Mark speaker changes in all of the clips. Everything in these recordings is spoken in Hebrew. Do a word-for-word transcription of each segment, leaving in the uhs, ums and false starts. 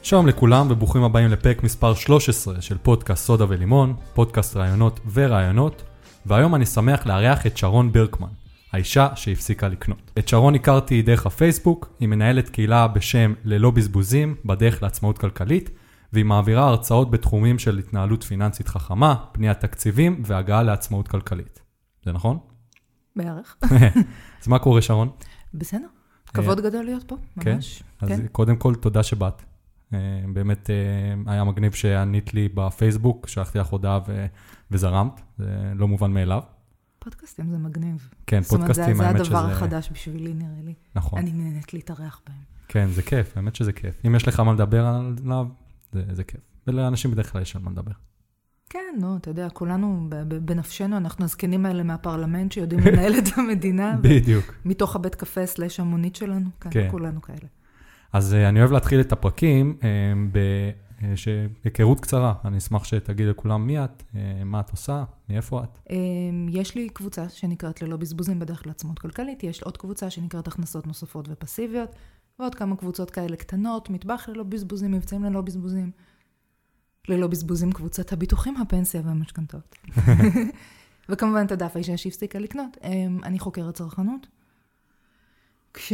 Speaker 1: שלום לכולם וברוכים הבאים לפרק מספר שלוש עשרה של פודקאסט סודה ולימון, פודקאסט רעיונות ורעיונות, והיום אני שמח לארח את שרון ברקמן, האישה שהפסיקה לקנות. את שרון הכרתי דרך הפייסבוק, היא מנהלת קהילה בשם ללא בזבוזים בדרך לעצמאות כלכלית, והיא מעבירה הרצאות בתחומים של התנהלות פיננסית חכמה, פניית תקציבים והגעה לעצמאות כלכלית. זה נכון?
Speaker 2: בערך.
Speaker 1: אז מה קורה שרון?
Speaker 2: בסדר. כבוד גדול להיות פה, ממש.
Speaker 1: כן? אז קודם כל תודה שבאת. באמת היה מגניב שענית לי בפייסבוק, שלחתי לך הודעה וזרמת, זה לא מובן מאליו.
Speaker 2: פודקאסטים זה מגניב.
Speaker 1: כן, פודקאסטים, האמת שזה...
Speaker 2: זה הדבר החדש בשבילי, נראה לי.
Speaker 1: נכון.
Speaker 2: אני נהנית להתארח בהם.
Speaker 1: כן, זה כיף, האמת שזה כיף. אם יש לך מה לדבר עליו, זה כיף. ולאנשים בדרך כלל יש על מה לדבר.
Speaker 2: כן, נו, אתה יודע, כולנו בנפשנו, אנחנו הזקנים האלה מהפרלמנט שיודעים לנהל את המדינה.
Speaker 1: בדיוק.
Speaker 2: מתוך הבית קפה סלש המונית שלנו, כן, כולנו כאלה.
Speaker 1: אז אני אוהב להתחיל את הפרקים בהיכרות קצרה. אני אשמח שתגיד לכולם מי את, מה את עושה, מאיפה את.
Speaker 2: יש לי קבוצה שנקראת ללא בזבוזים בדרך לעצמאות כלכלית, יש עוד קבוצה שנקראת הכנסות נוספות ופסיביות, ועוד כמה קבוצות כאלה קטנות, מטבח ללא בזבוזים, מבצעים ללא בזבוזים. ללא בזבוזים קבוצת הביטוחים, הפנסיה והמשכנתאות. וכמובן את הדף האישה שהפסיקה לקנות. אני חוקרת צרכנות. כש...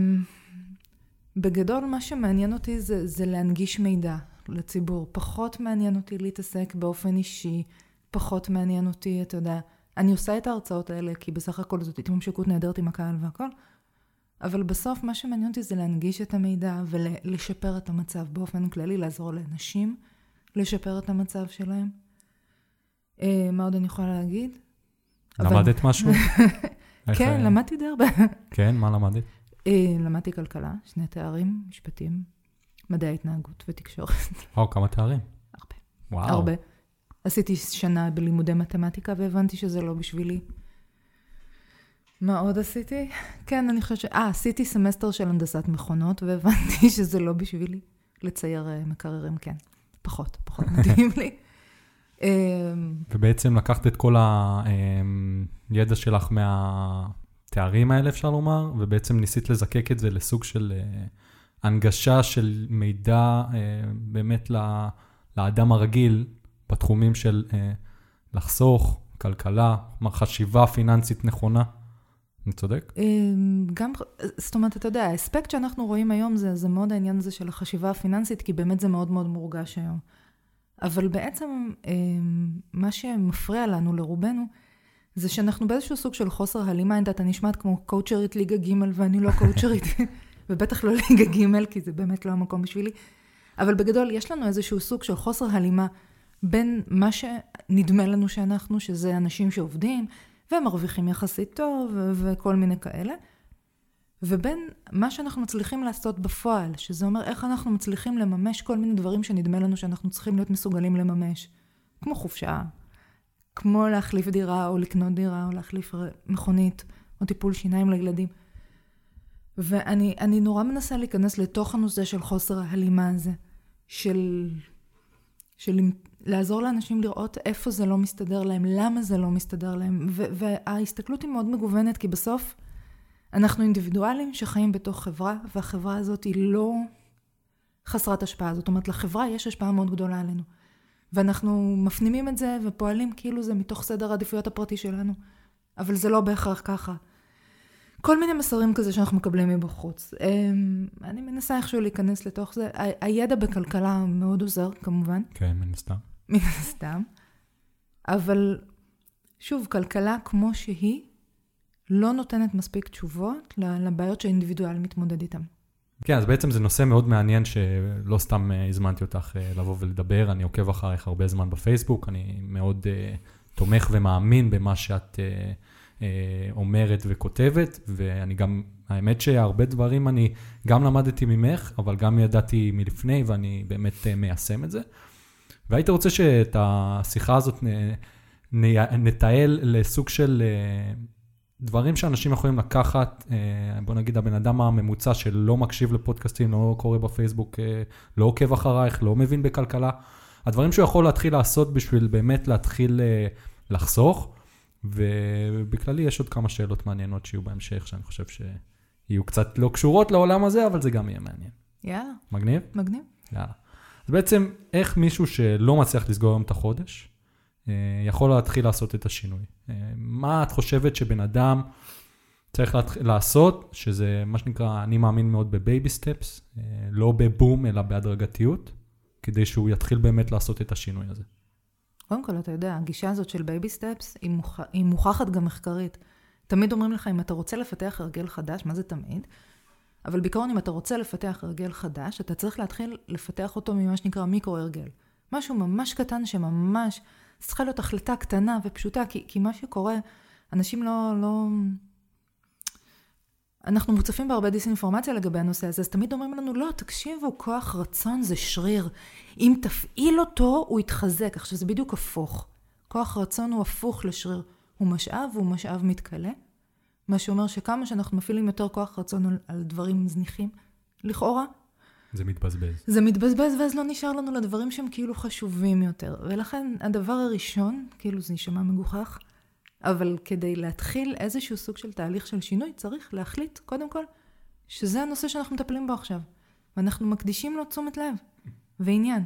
Speaker 2: בגדול, מה שמעניין אותי זה, זה להנגיש מידע לציבור. פחות מעניין אותי להתעסק באופן אישי, פחות מעניין אותי, אתה יודע, אני עושה את ההרצאות האלה, כי בסך הכל זאת התממשקות נהדרת עם הקהל והכל, אבל בסוף מה שמעניין אותי זה להנגיש את המידע ולשפר את המצב באופן כללי, לעזור לאנשים, לשפר את המצב שלהם. מה עוד אני יכולה להגיד?
Speaker 1: למדת אבל... משהו?
Speaker 2: כן, למדתי די הרבה.
Speaker 1: כן, מה למדת?
Speaker 2: למדתי כלכלה, שני תארים, משפטים, מדעי התנהגות ותקשורת.
Speaker 1: וואו, כמה תארים?
Speaker 2: הרבה.
Speaker 1: וואו.
Speaker 2: הרבה. עשיתי שנה בלימודי מתמטיקה והבנתי שזה לא בשבילי. מה עוד עשיתי? כן, אני חושבת ש... אה, עשיתי סמסטר של הנדסת מכונות והבנתי שזה לא בשבילי. לצייר מקררים, כן. פחות, פחות מדהים לי.
Speaker 1: ובעצם לקחת את כל הידע שלך מה... תארים האלה אפשר לומר, ובעצם ניסית לזקק את זה לסוג של uh, הנגשה של מידע uh, באמת ל, לאדם הרגיל, בתחומים של uh, לחסוך, כלכלה, חשיבה פיננסית נכונה. אני צודק?
Speaker 2: גם, זאת אומרת, אתה יודע, האספקט שאנחנו רואים היום זה, זה מאוד העניין הזה של החשיבה הפיננסית, כי באמת זה מאוד מאוד מורגש היום. אבל בעצם מה שמפריע לנו לרובנו, זה שאנחנו באיזשהו סוג של חוסר הלימה, אתה נשמעת כמו קואוצ'רית ליגה ג' ואני לא קואוצ'רית, ובטח לא ליגה ג' כי זה באמת לא המקום בשבילי. אבל בגדול יש לנו איזשהו סוג של חוסר הלימה בין מה שנדמה לנו שאנחנו, שזה אנשים שעובדים ומרוויחים יחסית טוב ו- וכל מיני כאלה, ובין מה שאנחנו מצליחים לעשות בפועל, שזה אומר איך אנחנו מצליחים לממש כל מיני דברים שנדמה לנו שאנחנו צריכים להיות מסוגלים לממש, כמו חופשה, כמו להחליף דירה, או לקנות דירה, או להחליף מכונית, או טיפול שיניים לילדים. ואני אני נורא מנסה להיכנס לתוך הנושא של חוסר ההלימה הזה, של, של לעזור לאנשים לראות איפה זה לא מסתדר להם, למה זה לא מסתדר להם. ו, וההסתכלות היא מאוד מגוונת, כי בסוף אנחנו אינדיבידואלים שחיים בתוך חברה, והחברה הזאת היא לא חסרת השפעה. זאת אומרת, לחברה יש השפעה מאוד גדולה עלינו. ואנחנו מפנימים את זה ופועלים כאילו זה מתוך סדר העדיפויות הפרטי שלנו. אבל זה לא בהכרח ככה. כל מיני מסרים כזה שאנחנו מקבלים מבחוץ. אני מנסה איכשהו להיכנס לתוך זה. הידע בכלכלה מאוד עוזר, כמובן.
Speaker 1: כן, מן הסתם.
Speaker 2: מן הסתם. אבל שוב, כלכלה כמו שהיא לא נותנת מספיק תשובות לבעיות שהאינדיבידואל מתמודד איתן.
Speaker 1: כן, אז בעצם זה נושא מאוד מעניין שלא סתם הזמנתי אותך לבוא ולדבר. אני עוקב אחריך הרבה זמן בפייסבוק, אני מאוד uh, תומך ומאמין במה שאת uh, uh, אומרת וכותבת, ואני גם, האמת שהרבה דברים אני גם למדתי ממך, אבל גם ידעתי מלפני, ואני באמת uh, מיישם את זה. והייתי רוצה שאת השיחה הזאת נ, נ, נטעל לסוג של... Uh, דברים שאנשים יכולים לקחת, בוא נגיד, הבן אדם הממוצע שלא מקשיב לפודקאסטים, לא קורא בפייסבוק, לא עוקב אחרייך, לא מבין בכלכלה, הדברים שהוא יכול להתחיל לעשות בשביל באמת להתחיל לחסוך, ובכללי יש עוד כמה שאלות מעניינות שיהיו בהמשך, שאני חושב שיהיו קצת לא קשורות לעולם הזה, אבל זה גם יהיה מעניין.
Speaker 2: יאללה.
Speaker 1: מגניב?
Speaker 2: מגניב.
Speaker 1: יאללה. זה בעצם איך מישהו שלא מצליח לסגור היום את החודש, יכול להתחיל לעשות את השינוי. מה את חושבת שבן אדם צריך לעשות, שזה מה שנקרא, אני מאמין מאוד בבייבי סטפס, לא בבום, אלא בהדרגתיות, כדי שהוא יתחיל באמת לעשות את השינוי הזה.
Speaker 2: קודם כל, אתה יודע, הגישה הזאת של בייבי סטפס, היא, מוכ... היא מוכחת גם מחקרית. תמיד אומרים לך, אם אתה רוצה לפתח הרגל חדש, מה זה תמיד? אבל בעיקרון, אם אתה רוצה לפתח הרגל חדש, אתה צריך להתחיל לפתח אותו ממה שנקרא מיקרו-הרגל. משהו ממש קטן שממש, זה צריכה להיות החלטה קטנה ופשוטה, כי, כי מה שקורה, אנשים לא, לא... אנחנו מוצפים בהרבה דיסאינפורמציה לגבי הנושא הזה, אז תמיד אומרים לנו, לא, תקשיבו, כוח רצון זה שריר. אם תפעיל אותו, הוא יתחזק. עכשיו, זה בדיוק הפוך. כוח רצון הוא הפוך לשריר. הוא משאב, והוא משאב מתקלה. מה שאומר שכמה שאנחנו מפעילים יותר כוח רצון על, על דברים זניחים, לכאורה,
Speaker 1: זה מתבזבז.
Speaker 2: זה מתבזבז, ואז לא נשאר לנו לדברים שהם כאילו חשובים יותר. ולכן, הדבר הראשון, כאילו זה נשמע מגוחך, אבל כדי להתחיל איזשהו סוג של תהליך של שינוי, צריך להחליט, קודם כל, שזה הנושא שאנחנו מטפלים בו עכשיו. ואנחנו מקדישים לו תשומת לב ועניין.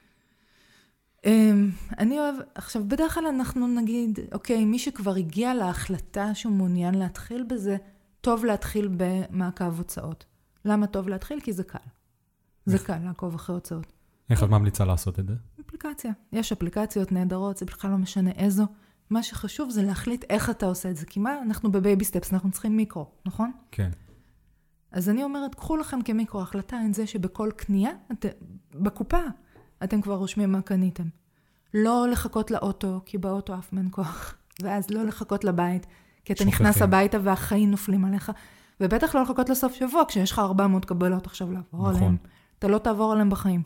Speaker 2: אני אוהב, עכשיו, בדרך כלל אנחנו נגיד, אוקיי, מי שכבר הגיע להחלטה שהוא מעוניין להתחיל בזה, טוב להתחיל במעקב הוצאות. למה טוב להתחיל? כי זה קל. זה קל לעקוב אחרי הוצאות.
Speaker 1: איך את ממליצה לעשות את זה?
Speaker 2: אפליקציה. יש אפליקציות נהדרות, זה בכלל לא משנה איזו. מה שחשוב זה להחליט איך אתה עושה את זה. כי מה? אנחנו בבייבי סטפס, אנחנו צריכים מיקרו, נכון?
Speaker 1: כן.
Speaker 2: אז אני אומרת, קחו לכם כמיקרו החלטה עם זה שבכל קנייה, את, בקופה, אתם כבר רושמים מה קניתם. לא לחכות לאוטו, כי באוטו אף מן כוח. ואז לא לחכות לבית, כי אתה שוכחים. נכנס הביתה והחיים נופלים עליך. ובטח לא לחכות לסוף שבוע, כשיש לך ארבע מאות קבלות עכשיו לעבור נכון. עליהם. אתה לא תעבור עליהם בחיים.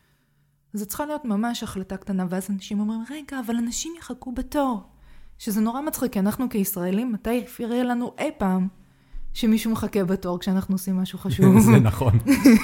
Speaker 2: זה צריכה להיות ממש החלטה קטנה, ואז אנשים אומרים, רגע, אבל אנשים יחכו בתור. שזה נורא מצחיק, כי אנחנו כישראלים, מתי יפריע לנו אי פעם שמישהו מחכה בתור כשאנחנו עושים משהו חשוב.
Speaker 1: זה נכון.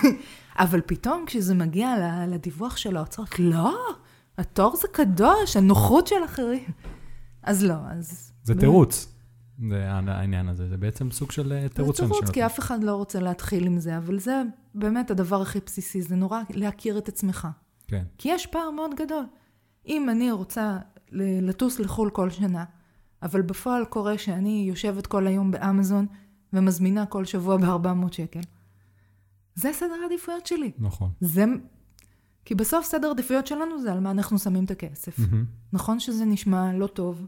Speaker 2: אבל פתאום כשזה מגיע לדיווח של האוצרות, לא, התור זה קדוש, הנוחות של אחרים. אז לא, אז...
Speaker 1: זה תירוץ. זה העניין הזה, זה בעצם סוג של תירוץ.
Speaker 2: זה תירוץ, כי אף אחד לא רוצה להתחיל עם זה, אבל זה באמת הדבר הכי בסיסי, זה נורא להכיר את עצמך.
Speaker 1: כן.
Speaker 2: כי יש פער מאוד גדול. אם אני רוצה לטוס לחול כל שנה, אבל בפועל קורה שאני יושבת כל היום באמזון, ומזמינה כל שבוע ב-ארבע מאות שקל. זה סדר העדיפויות שלי.
Speaker 1: נכון.
Speaker 2: זה... כי בסוף סדר העדיפויות שלנו זה על מה אנחנו שמים את הכסף. Mm-hmm. נכון שזה נשמע לא טוב,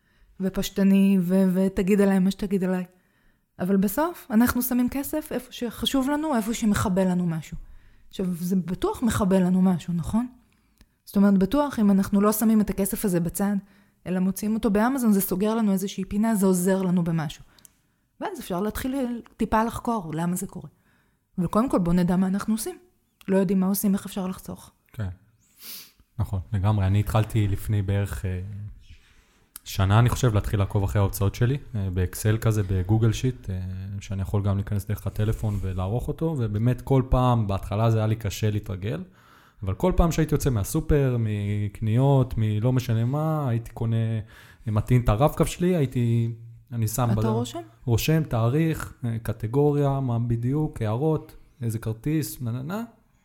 Speaker 2: ופשטני, ו- ותגיד עליי מה שתגיד עליי. אבל בסוף אנחנו שמים כסף איפה שחשוב לנו, איפה שמחבל לנו משהו. עכשיו, זה בטוח מחבל לנו משהו, נכון? זאת אומרת, בטוח אם אנחנו לא שמים את הכסף הזה בצד, אלא מוצאים אותו באמזון, זה סוגר לנו איזושהי פינה, זה עוזר לנו במשהו. ואז אפשר להתחיל טיפה לחקור, למה זה קורה. אבל קודם כל בוא נדע מה אנחנו עושים. לא יודעים מה עושים, איך אפשר לחסוך.
Speaker 1: כן, נכון, לגמרי. אני התחלתי לפני בערך שנה, אני חושב, להתחיל לעקוב אחרי ההוצאות שלי, באקסל כזה, בגוגל שיט, שאני יכול גם להיכנס דרך הטלפון ולערוך אותו, ובאמת כל פעם, בהתחלה זה היה לי קשה להתרגל, אבל כל פעם שהייתי יוצא מהסופר, מקניות, מלא משנה מה, הייתי קונה, מתאים את הרב-קו שלי, הייתי, אני שם...
Speaker 2: אתה בדרך, רושם?
Speaker 1: רושם, תאריך, קטגוריה, מה בדיוק, הערות, איזה כרטיס, נננה.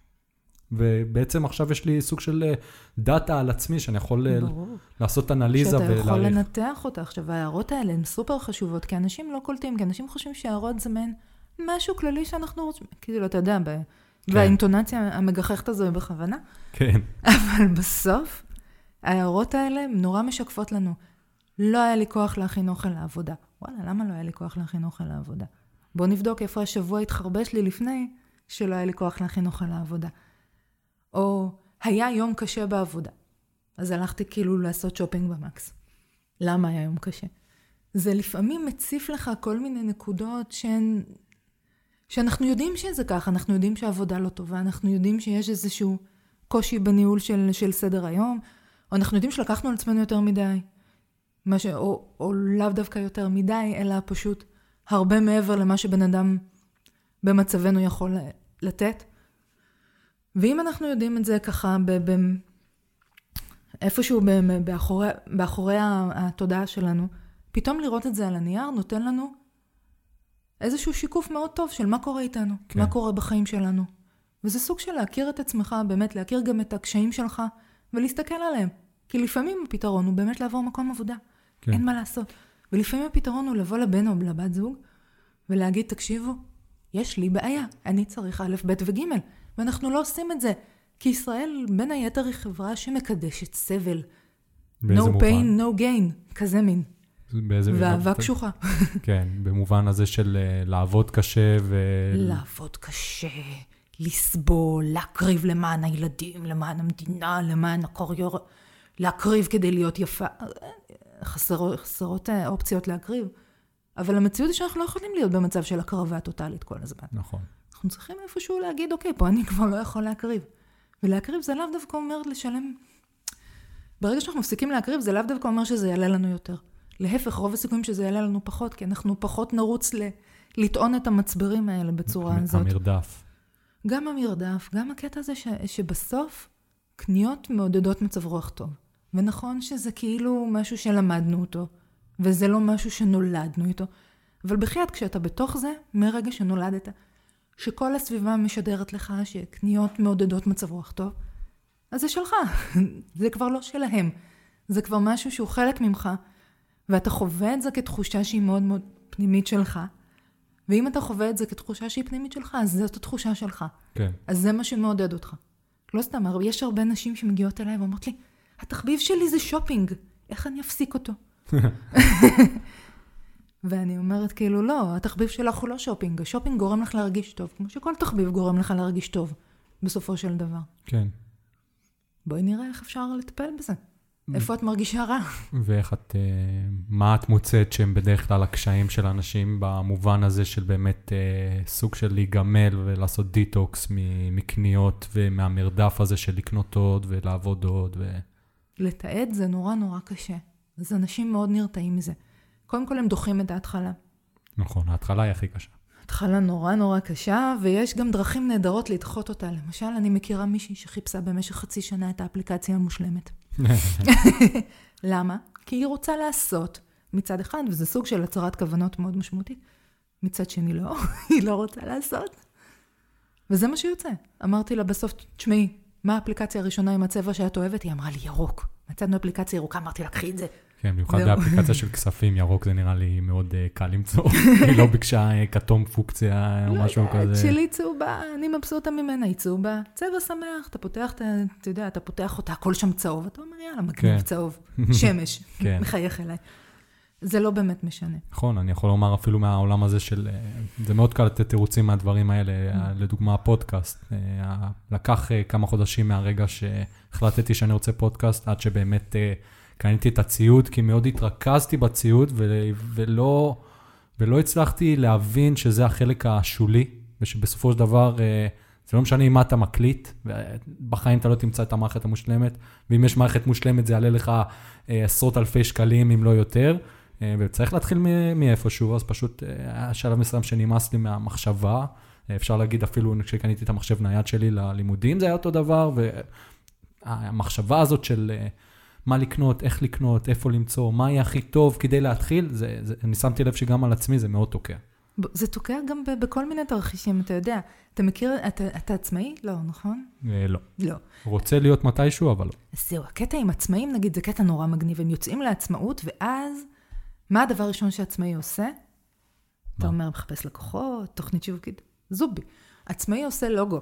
Speaker 1: ובעצם עכשיו יש לי סוג של דאטה על עצמי, שאני יכול ברור. לעשות אנליזה ולהעריך.
Speaker 2: שאתה יכול לנתח אותה. עכשיו, ההערות האלה הן סופר חשובות, כי אנשים לא קולטים, כי אנשים חושבים שהערות זה מעין משהו כללי שאנחנו רוצים, כאילו, אתה יודע, ב... כן. והאינטונציה המגחכת הזו היא בכוונה.
Speaker 1: כן.
Speaker 2: אבל בסוף, ההערות האלה נורא משקפות לנו. לא היה לי כוח להכין אוכל לעבודה. וואלה, למה לא היה לי כוח להכין אוכל לעבודה? בוא נבדוק איפה השבוע התחרבש לי לפני שלא היה לי כוח להכין אוכל לעבודה. או היה יום קשה בעבודה. אז הלכתי כאילו לעשות שופינג במקס. למה היה יום קשה? זה לפעמים מציף לך כל מיני נקודות שהן, שאנחנו יודעים שזה כך, אנחנו יודעים שהעבודה לא טובה, אנחנו יודעים שיש איזשהו קושי בניהול של, של סדר היום, או אנחנו יודעים שלקחנו על עצמנו יותר מדי, מה ש... או, או לאו דווקא יותר מדי, אלא פשוט הרבה מעבר למה שבן אדם במצבנו יכול לתת. ואם אנחנו יודעים את זה ככה, ב- ב- איפשהו ב- באחורי, באחורי התודעה שלנו, פתאום לראות את זה על הנייר נותן לנו איזשהו שיקוף מאוד טוב של מה קורה איתנו, כן. מה קורה בחיים שלנו. וזה סוג של להכיר את עצמך, באמת להכיר גם את הקשיים שלך, ולהסתכל עליהם. כי לפעמים הפתרון הוא באמת לעבור מקום עבודה. כן. אין מה לעשות. ולפעמים הפתרון הוא לבוא לבן או לבת זוג, ולהגיד, תקשיבו, יש לי בעיה, אני צריך א', ב' וג', ואנחנו לא עושים את זה. כי ישראל בין היתר היא חברה שמקדשת סבל. No pain, no gain, כזה מין. ואהבה קשוחה.
Speaker 1: כן, במובן הזה של לעבוד קשה ו...
Speaker 2: לעבוד קשה, לסבול, להקריב למען הילדים, למען המדינה, למען הקוריור, להקריב כדי להיות יפה. חסרות, חסרות אופציות להקריב. אבל המציאות היא שאנחנו לא יכולים להיות במצב של הקרבה טוטלית כל הזמן.
Speaker 1: נכון.
Speaker 2: אנחנו צריכים איפשהו להגיד, אוקיי, פה אני כבר לא יכול להקריב. ולהקריב זה לאו דווקא אומר לשלם... ברגע שאנחנו מפסיקים להקריב, זה לאו דווקא אומר שזה יעלה לנו יותר. להפך, רוב הסיכויים שזה יעלה לנו פחות, כי אנחנו פחות נרוץ ל... לטעון את המצברים האלה בצורה הזאת.
Speaker 1: המרדף.
Speaker 2: גם המרדף, גם הקטע הזה ש... שבסוף קניות מעודדות מצב רוח טוב. ונכון שזה כאילו משהו שלמדנו אותו, וזה לא משהו שנולדנו איתו. אבל בחייאת, כשאתה בתוך זה, מרגע שנולדת, שכל הסביבה משדרת לך שקניות מעודדות מצב רוח טוב, אז זה שלך. זה כבר לא שלהם. זה כבר משהו שהוא חלק ממך, ואתה חווה את זה כתחושה שהיא מאוד מאוד פנימית שלך, ואם אתה חווה את זה כתחושה שהיא פנימית שלך, אז זאת התחושה שלך.
Speaker 1: כן.
Speaker 2: אז זה מה שמעודד אותך. לא סתם, יש הרבה נשים שמגיעות אליי ואומרות לי, התחביב שלי זה שופינג, איך אני אפסיק אותו? ואני אומרת כאילו, לא, התחביב שלך הוא לא שופינג, השופינג גורם לך להרגיש טוב, כמו שכל תחביב גורם לך להרגיש טוב, בסופו של דבר.
Speaker 1: כן.
Speaker 2: בואי נראה איך אפשר לטפל בזה. איפה את מרגישה רע?
Speaker 1: ואיך את, מה את מוצאת שהם בדרך כלל הקשיים של אנשים במובן הזה של באמת סוג של להיגמל ולעשות דיטוקס מקניות ומהמרדף הזה של לקנות עוד ולעבוד עוד ו...
Speaker 2: לתעד זה נורא נורא קשה. אז אנשים מאוד נרתעים מזה. קודם כל הם דוחים את ההתחלה.
Speaker 1: נכון, ההתחלה היא הכי קשה.
Speaker 2: התחלה נורא נורא קשה, ויש גם דרכים נהדרות לדחות אותה. למשל, אני מכירה מישהי שחיפשה במשך חצי שנה את האפליקציה המושלמת. למה? כי היא רוצה לעשות מצד אחד, וזה סוג של הצהרת כוונות מאוד משמעותית. מצד שני לא, היא לא רוצה לעשות. וזה מה שיוצא. אמרתי לה בסוף, תשמעי, מה האפליקציה הראשונה עם הצבע שאת אוהבת? היא אמרה לי, ירוק. מצאנו אפליקציה ירוקה, אמרתי לה, קחי את זה.
Speaker 1: כן, במיוחד באפליקציה של כספים, ירוק זה נראה לי מאוד קל למצוא. היא לא ביקשה כתום פוקציה או משהו כזה.
Speaker 2: שלי צהובה, אני מבסוטה ממנה, היא צהובה. צבע שמח, אתה פותח, אתה יודע, אתה פותח אותה, הכל שם צהוב, אתה אומר, יאללה, מגניב צהוב, שמש, מחייך אליי. זה לא באמת משנה.
Speaker 1: נכון, אני יכול לומר אפילו מהעולם הזה של, זה מאוד קל לתת תירוצים מהדברים האלה, לדוגמה הפודקאסט. לקח כמה חודשים מהרגע שהחלטתי שאני רוצה פודקאסט, עד שבאמת קניתי את הציוד, כי מאוד התרכזתי בציוד, ולא, ולא הצלחתי להבין שזה החלק השולי, ושבסופו של דבר, זה לא משנה אם אתה מקליט, ובחיים אתה לא תמצא את המערכת המושלמת, ואם יש מערכת מושלמת, זה יעלה לך עשרות אלפי שקלים, אם לא יותר, וצריך להתחיל מאיפשהו, אז פשוט השלב מסוים שנמאס לי מהמחשבה, אפשר להגיד אפילו כשקניתי את המחשב נייד שלי ללימודים, זה היה אותו דבר, והמחשבה הזאת של מה לקנות, איך לקנות, איפה למצוא, מה יהיה הכי טוב כדי להתחיל, זה, זה, אני שמתי לב שגם על עצמי זה מאוד תוקע.
Speaker 2: זה תוקע גם ב- בכל מיני תרחישים, אתה יודע. אתה מכיר, אתה, אתה עצמאי? לא, נכון?
Speaker 1: לא.
Speaker 2: לא.
Speaker 1: רוצה להיות מתישהו, אבל לא.
Speaker 2: זהו, הקטע עם עצמאים, נגיד, זה קטע נורא מגניב. הם יוצאים לעצמאות, ואז, מה הדבר הראשון שעצמאי עושה? אתה אומר, מחפש לקוחות, תוכנית שיווקית. זובי. עצמאי עושה לוגו.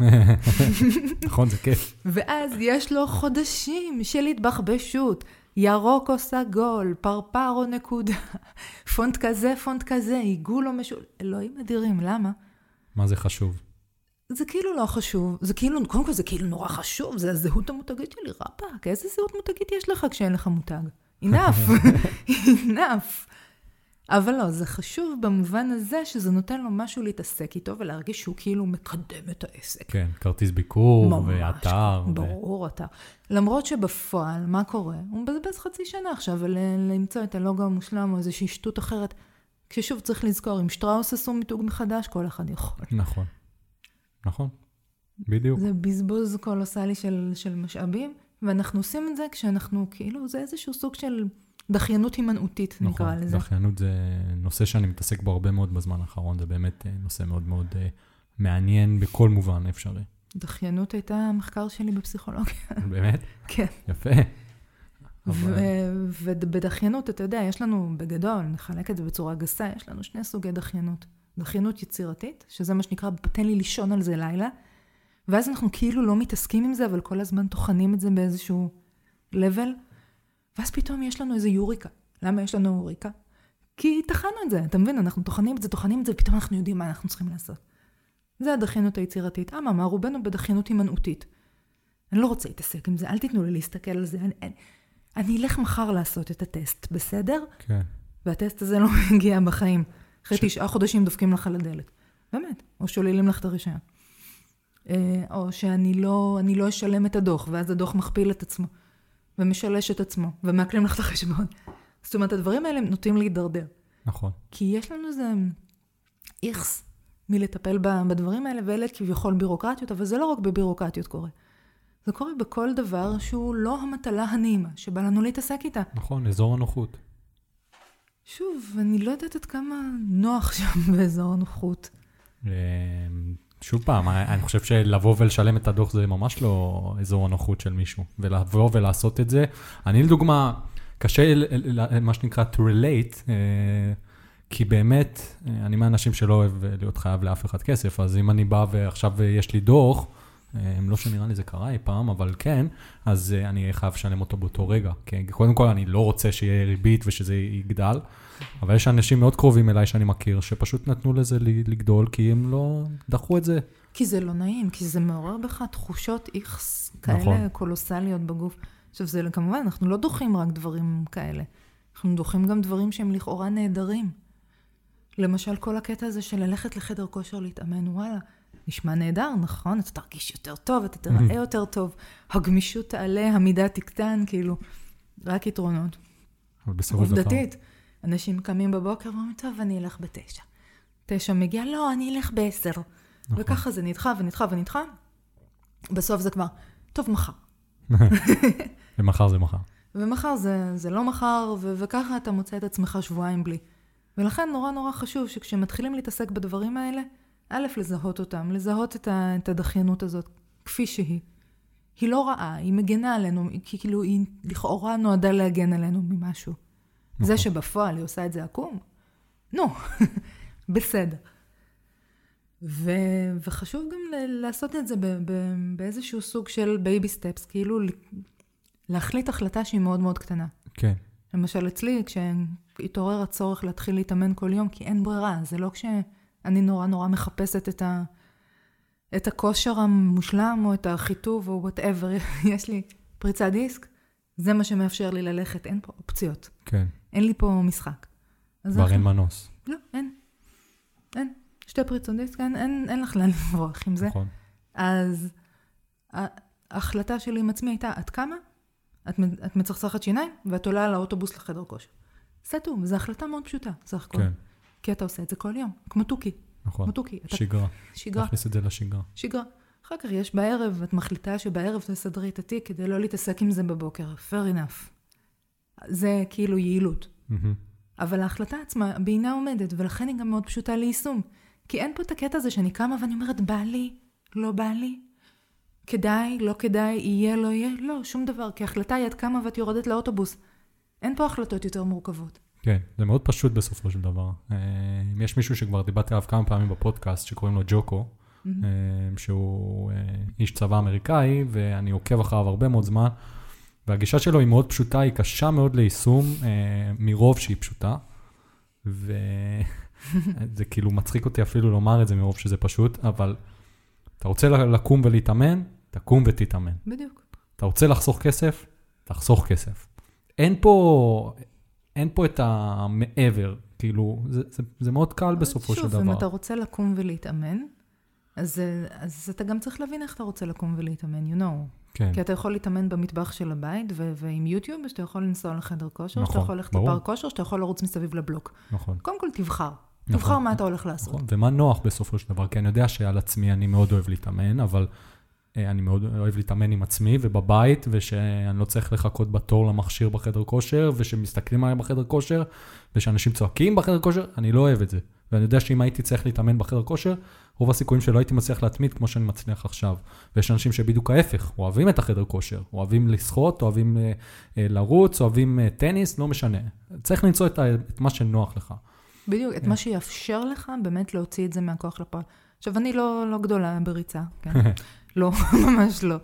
Speaker 1: נכון, זה כיף.
Speaker 2: ואז יש לו חודשים של התבחבשות. ירוק או סגול, פרפר או נקודה, פונט כזה, פונט כזה, עיגול או משהו, אלוהים אדירים, למה?
Speaker 1: מה זה חשוב?
Speaker 2: זה כאילו לא חשוב, זה כאילו, קודם כל זה כאילו נורא חשוב, זה הזהות המותגית שלי, רפק, איזה זהות מותגית יש לך כשאין לך מותג? enough, enough. אבל לא, זה חשוב במובן הזה שזה נותן לו משהו להתעסק איתו, ולהרגיש שהוא כאילו מקדם את העסק.
Speaker 1: כן, כרטיס ביקור ואתר.
Speaker 2: ברור, ו... אתר. למרות שבפועל, מה קורה? הוא מבזבז חצי שנה עכשיו, ולמצוא את הלוגו המושלם או איזושהי שטות אחרת. כששוב צריך לזכור, אם שטראוס עשו מיתוג מחדש, כל אחד יכול.
Speaker 1: נכון. נכון. בדיוק.
Speaker 2: זה בזבוז קולוסלי של, של משאבים, ואנחנו עושים את זה כשאנחנו, כאילו, זה איזשהו סוג של דחיינות הימנעותית, נכון, נקרא לזה.
Speaker 1: דחיינות זה נושא שאני מתעסק בו הרבה מאוד בזמן האחרון, זה באמת נושא מאוד מאוד מעניין בכל מובן אפשרי.
Speaker 2: דחיינות הייתה המחקר שלי בפסיכולוגיה.
Speaker 1: באמת?
Speaker 2: כן.
Speaker 1: יפה.
Speaker 2: ובדחיינות, אתה יודע, יש לנו בגדול, נחלק את זה בצורה גסה, יש לנו שני סוגי דחיינות. דחיינות יצירתית, שזה מה שנקרא, תן לי לישון על זה לילה, ואז אנחנו כאילו לא מתעסקים עם זה, אבל כל הזמן תוכנים את זה באיזשהו level, ואז פתאום יש לנו איזה יוריקה. למה יש לנו יוריקה? כי תחנו את זה, אתה מבין? אנחנו תוכנים את זה, תוכנים את זה, ופתאום אנחנו יודעים מה אנחנו צריכים לעשות. זה הדחיינות היצירתית. אה, מה, רובנו בדחיינות הימנעותית. אני לא רוצה להתעסק עם זה, אל תיתנו לי להסתכל על זה. אני, אני, אני אלך מחר לעשות את הטסט, בסדר?
Speaker 1: כן.
Speaker 2: והטסט הזה לא מגיע בחיים. אחרי ש... תשעה חודשים דופקים לך על הדלת. באמת. או שוללים לך את הרישיון. או שאני לא, אני לא אשלם את הדוח, ואז הדוח מכפיל את עצמו, ומשלש את עצמו, ומעקלים לך את החשבון. זאת אומרת, הדברים האלה נוטים להידרדר.
Speaker 1: נכון.
Speaker 2: כי יש לנו איזה איכס מלטפל בדברים האלה, ואלה כביכול בירוקרטיות, אבל זה לא רק בבירוקרטיות קורה. זה קורה בכל דבר שהוא לא המטלה הנעימה, שבא לנו להתעסק איתה.
Speaker 1: נכון, אזור הנוחות.
Speaker 2: שוב, אני לא יודעת עד כמה נוח שם באזור הנוחות.
Speaker 1: שוב פעם, אני חושב שלבוא ולשלם את הדוח זה ממש לא אזור הנוחות של מישהו. ולבוא ולעשות את זה. אני לדוגמה, קשה מה שנקרא to relate, כי באמת, אני מהאנשים שלא אוהב להיות חייב לאף אחד כסף, אז אם אני בא ועכשיו יש לי דוח, לא שנראה לי זה קרה אי פעם, אבל כן, אז אני חייב לשלם אותו באותו רגע. קודם כל, אני לא רוצה שיהיה ריבית ושזה יגדל, אבל יש אנשים מאוד קרובים אליי שאני מכיר, שפשוט נתנו לזה לגדול, כי הם לא דחו את זה.
Speaker 2: כי זה לא נעים, כי זה מעורר בך תחושות איכס כאלה נכון. קולוסליות בגוף. עכשיו, זה כמובן, אנחנו לא דוחים רק דברים כאלה. אנחנו דוחים גם דברים שהם לכאורה נהדרים. למשל, כל הקטע הזה של ללכת לחדר כושר להתאמן, וואלה, נשמע נהדר, נכון? אתה תרגיש יותר טוב, אתה תראה יותר טוב, הגמישות תעלה, המידה תקטן, כאילו, רק יתרונות. עובדתית, אנשים קמים בבוקר ואומרים, טוב, אני אלך בתשע. תשע מגיע, לא, אני אלך בעשר. וככה זה נדחה ונדחה ונדחה. בסוף זה כבר, טוב, מחר.
Speaker 1: ומחר זה מחר.
Speaker 2: ומחר זה, זה לא מחר, ו- וככה אתה מוצא את עצמך שבועיים בלי. ולכן נורא נורא חשוב שכשמתחילים להתעסק בדברים האלה, א', לזהות אותם, לזהות את, ה- את הדחיינות הזאת, כפי שהיא. היא לא רעה, היא מגנה עלינו, כי כאילו היא לכאורה נועדה להגן עלינו ממשהו. נכון. זה שבפועל היא עושה את זה עקום, נו, בסדר. ו- וחשוב גם ל- לעשות את זה ב- ב- באיזשהו סוג של בייבי סטפס, כאילו להחליט החלטה שהיא מאוד מאוד קטנה.
Speaker 1: כן.
Speaker 2: למשל אצלי, כשהתעורר הצורך להתחיל להתאמן כל יום, כי אין ברירה, זה לא כשאני נורא נורא מחפשת את, ה, את הכושר המושלם, או את החיטוב, או whatever, יש לי פריצת דיסק, זה מה שמאפשר לי ללכת, אין פה אופציות.
Speaker 1: כן.
Speaker 2: אין לי פה משחק.
Speaker 1: כבר אין מנוס.
Speaker 2: לא, אין. אין. שתי פריצות דיסק, אין, אין, אין לך לאן לברוח עם זה.
Speaker 1: נכון. אז
Speaker 2: ההחלטה שלי עם עצמי הייתה, עד כמה? את, את מצחצחת שיניים, ואת עולה על האוטובוס לחדר כושר. סתום, זו החלטה מאוד פשוטה, סך הכל.
Speaker 1: כן.
Speaker 2: כי אתה עושה את זה כל יום, כמו תוכי.
Speaker 1: נכון.
Speaker 2: כמו תוכי. אתה...
Speaker 1: שגרה.
Speaker 2: שגרה.
Speaker 1: להכניס את זה לשגרה.
Speaker 2: שגרה. אחר כך יש בערב, את מחליטה שבערב תסדרי את התיק, כדי לא להתעסק עם זה בבוקר. Fair enough. זה כאילו יעילות.
Speaker 1: Mm-hmm.
Speaker 2: אבל ההחלטה עצמה בעינה עומדת, ולכן היא גם מאוד פשוטה ליישום. כי אין פה את הקטע הזה שאני קמה ואני אומרת, בא לי, לא בא לי, כדאי, לא כדאי, יהיה, לא יהיה, לא, שום דבר, כי ההחלטה היא עד כמה ואת יורדת לאוטובוס. אין פה החלטות יותר מורכבות.
Speaker 1: כן, זה מאוד פשוט בסופו של דבר. אם יש מישהו שכבר דיברתי עליו כמה פעמים בפודקאסט, שקוראים לו ג'וקו, mm-hmm. שהוא איש צבא אמריקאי, ואני עוקב אחריו הרבה מאוד זמן, והגישה שלו היא מאוד פשוטה, היא קשה מאוד ליישום, מרוב שהיא פשוטה, וזה כאילו מצחיק אותי אפילו לומר את זה מרוב שזה פשוט, אבל אתה רוצה לקום ולהתאמן, תקום ותתאמן.
Speaker 2: בדיוק.
Speaker 1: אתה רוצה לחסוך כסף, תחסוך כסף. אין פה, אין פה את המעבר, כאילו, זה, זה, זה מאוד קל בסופו
Speaker 2: שוב,
Speaker 1: של דבר.
Speaker 2: אם אתה רוצה לקום ולהתאמן, אז, אז אתה גם צריך להבין איך אתה רוצה לקום ולהתאמן, you know.
Speaker 1: כן.
Speaker 2: כי אתה יכול להתאמן במטבח של הבית, ו- ועם יוטיוב, שאתה יכול לנסוע לחדר כושר,
Speaker 1: נכון,
Speaker 2: שאתה יכול ללכת לפארק כושר, שאתה יכול לרוץ מסביב לבלוק.
Speaker 1: נכון.
Speaker 2: קודם כל תבחר.
Speaker 1: נכון.
Speaker 2: תבחר מה אתה הולך לעשות.
Speaker 1: נכון, ומה נוח בסופו של דבר, כי אני יודע שעל עצמי אני מאוד אוהב להתאמן, אבל אני מאוד אוהב להתאמן עם עצמי ובבית, ושאני לא צריך לחכות בתור למכשיר בחדר כושר, ושמסתכלים עליי בחדר כושר, ושאנשים צועקים בחדר כושר, אני לא אוהב את זה. ואני יודע שאם הייתי צריך להתאמן בחדר כושר, רוב הסיכויים שלא הייתי מצליח להתמיד כמו שאני מצליח עכשיו. ויש אנשים שבדיוק ההפך, אוהבים את החדר כושר, אוהבים לשחות, אוהבים אה, אה, לרוץ, אוהבים אה, טניס, לא משנה. צריך למצוא את, ה, את מה שנוח לך.
Speaker 2: בדיוק, את מה שיאפשר לך באמת להוציא את זה מהכוח לפועל. עכשיו, אני לא, לא גדולה בריצה, כן? לא, ממש לא.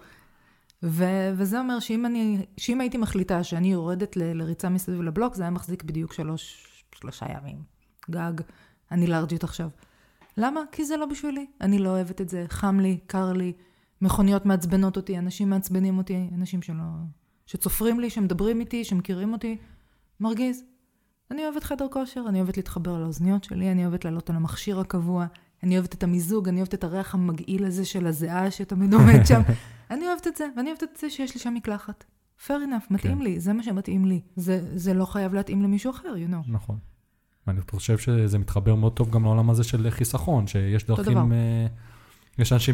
Speaker 2: ו- וזה אומר שאם אני, שאם הייתי מחליטה שאני יורדת ל- לריצה מסביב לבלוק, זה היה מחזיק בדיוק שלוש, שלושה ימים. גג, אני לארג'ית עכשיו. למה? כי זה לא בשבילי. אני לא אוהבת את זה. חם לי, קר לי, מכוניות מעצבנות אותי, אנשים מעצבנים אותי, אנשים שלא, שצופרים לי, שמדברים איתי, שמכירים אותי. מרגיז. אני אוהבת חדר כושר, אני אוהבת להתחבר לאוזניות שלי, אני אוהבת לעלות על המכשיר הקבוע, אני אוהבת את המיזוג, אני אוהבת את הריח המגעיל הזה של הזיעה שתמיד עומד שם. אני אוהבת את זה, ואני אוהבת את זה שיש לי שם מקלחת. fair enough, מתאים כן. לי, זה מה שמתאים לי. זה, זה לא חייב להתאים למישהו אחר, you know.
Speaker 1: נכון. ואני חושב שזה מתחבר מאוד טוב גם לעולם הזה של חיסכון, שיש דרכים, יש אנשים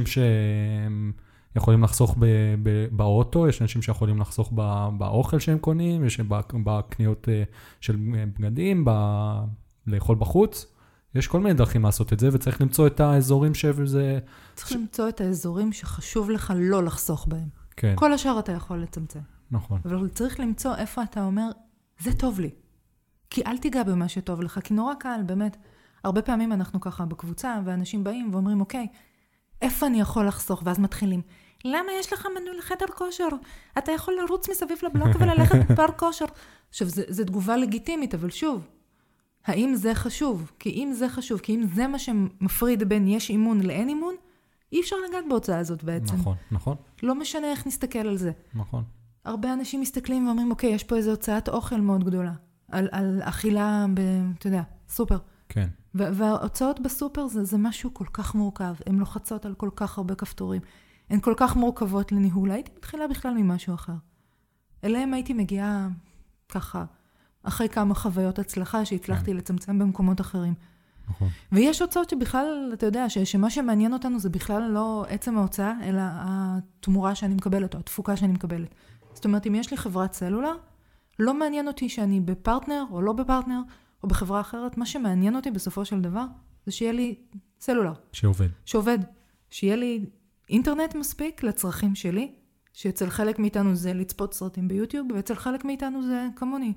Speaker 1: שיכולים לחסוך ב, ב, באוטו, יש אנשים שיכולים לחסוך ב, באוכל שהם קונים, יש בקניות של בגדים, ב, לאכול בחוץ. יש כל מיני דרכים לעשות את זה, וצריך למצוא את האזורים שזה...
Speaker 2: צריך ש... למצוא את האזורים שחשוב לך לא לחסוך בהם.
Speaker 1: כן.
Speaker 2: כל השאר אתה יכול לצמצם.
Speaker 1: נכון.
Speaker 2: אבל צריך למצוא איפה אתה אומר, זה טוב לי. כי אל תיגע במה שטוב לך, כי נורא קל, באמת. הרבה פעמים אנחנו ככה בקבוצה, ואנשים באים ואומרים, אוקיי, איפה אני יכול לחסוך? ואז מתחילים, למה יש לך מנוי לחדר כושר? אתה יכול לרוץ מסביב לבלוק וללכת בפארק כושר. עכשיו, זה, זה תגובה לגיטימית, אבל שוב, האם זה חשוב? כי אם זה חשוב, כי אם זה מה שמפריד בין יש אימון לאין אימון, אי אפשר לגעת בהוצאה הזאת בעצם.
Speaker 1: נכון, נכון.
Speaker 2: לא משנה איך נסתכל על זה.
Speaker 1: נכון.
Speaker 2: הרבה אנשים מסתכלים ואומרים, אוקיי, יש פה איזו הוצאת אוכל מאוד גדולה, על, על אכילה, ב, אתה יודע, סופר.
Speaker 1: כן.
Speaker 2: וההוצאות בסופר זה, זה משהו כל כך מורכב. הן לוחצות על כל כך הרבה כפתורים. הן כל כך מורכבות לניהול. הייתי מתחילה בכלל ממשהו אחר. אליהם הייתי מגיעה ככה, אחרי כמה חוויות הצלחה שהצלחתי כן. לצמצם במקומות אחרים.
Speaker 1: נכון.
Speaker 2: ויש הוצאות שבכלל, אתה יודע, ש, שמה שמעניין אותנו זה בכלל לא עצם ההוצאה, אלא התמורה שאני מקבלת, או התפוקה שאני מקבלת. זאת אומרת, אם יש לי חברת סלולר, לא מעניין אותי שאני בפרטנר או לא בפרטנר, או בחברה אחרת, מה שמעניין אותי בסופו של דבר, זה שיהיה לי סלולר.
Speaker 1: שעובד.
Speaker 2: שעובד. שיהיה לי אינטרנט מספיק לצרכים שלי, שאצל חלק מאיתנו זה לצפות סרטים ביוטיוב, ואצל חלק מאיתנו זה כמוני.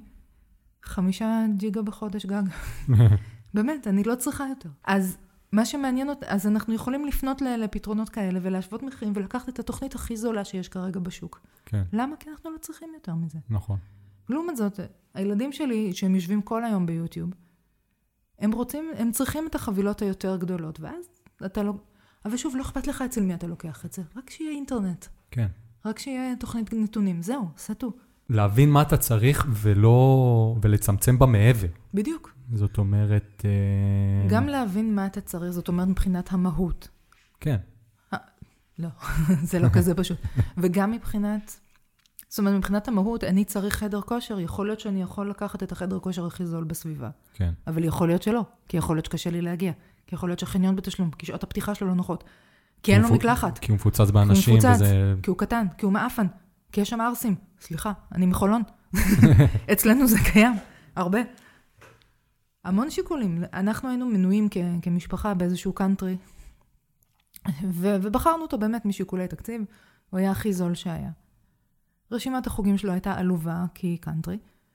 Speaker 2: חמישה ג'יגה בחודש גג. באמת, אני לא צריכה יותר. אז מה שמעניין אותי, אז אנחנו יכולים לפנות לפתרונות כאלה, ולהשוות מחירים, ולקחת את התוכנית הכי זולה שיש כרגע בשוק.
Speaker 1: כן.
Speaker 2: למה? כי אנחנו לא צריכים יותר מזה.
Speaker 1: נכון.
Speaker 2: לעומת זאת, הילדים שלי, שהם יושבים כל היום ביוטיוב, הם רוצים, הם צריכים את החבילות היותר גדולות, ואז אתה לא, אבל שוב, לא אכפת לך אצל מי אתה לוקח את זה, רק שיהיה אינטרנט.
Speaker 1: כן.
Speaker 2: רק שיהיה תוכנית נתונים, זהו, סתו.
Speaker 1: להבין מה אתה צריך ולא, ולצמצם בה מעבר.
Speaker 2: בדיוק.
Speaker 1: זאת אומרת...
Speaker 2: גם להבין מה אתה צריך, זאת אומרת מבחינת המהות.
Speaker 1: כן.
Speaker 2: לא, זה לא כזה פשוט. וגם מבחינת, זאת אומרת, מבחינת המהות, אני צריך חדר כושר, יכול להיות שאני יכול לקחת את החדר כושר הכי זול בסביבה.
Speaker 1: כן.
Speaker 2: אבל יכול להיות שלא, כי יכול להיות שקשה לי להגיע, כי יכול להיות שחניון בתשלום, כי שעות הפתיחה שלו לא נוחות, כי אין לו מקלחת.
Speaker 1: כי הוא מפוצץ באנשים וזה...
Speaker 2: כי הוא קטן, כי הוא מאפן, כי יש שם ארסים. סליחה, אני מחולון. אצלנו זה קיים, הרבה. המון שיקולים. אנחנו היינו מנויים כ- כמשפחה באיזשהו קאנטרי, ו- ובחרנו אותו באמת משיקולי תקציב, הוא היה הכי זול שהיה. רשימת החוגים שלו הייתה עלובה, כי קאנטרי,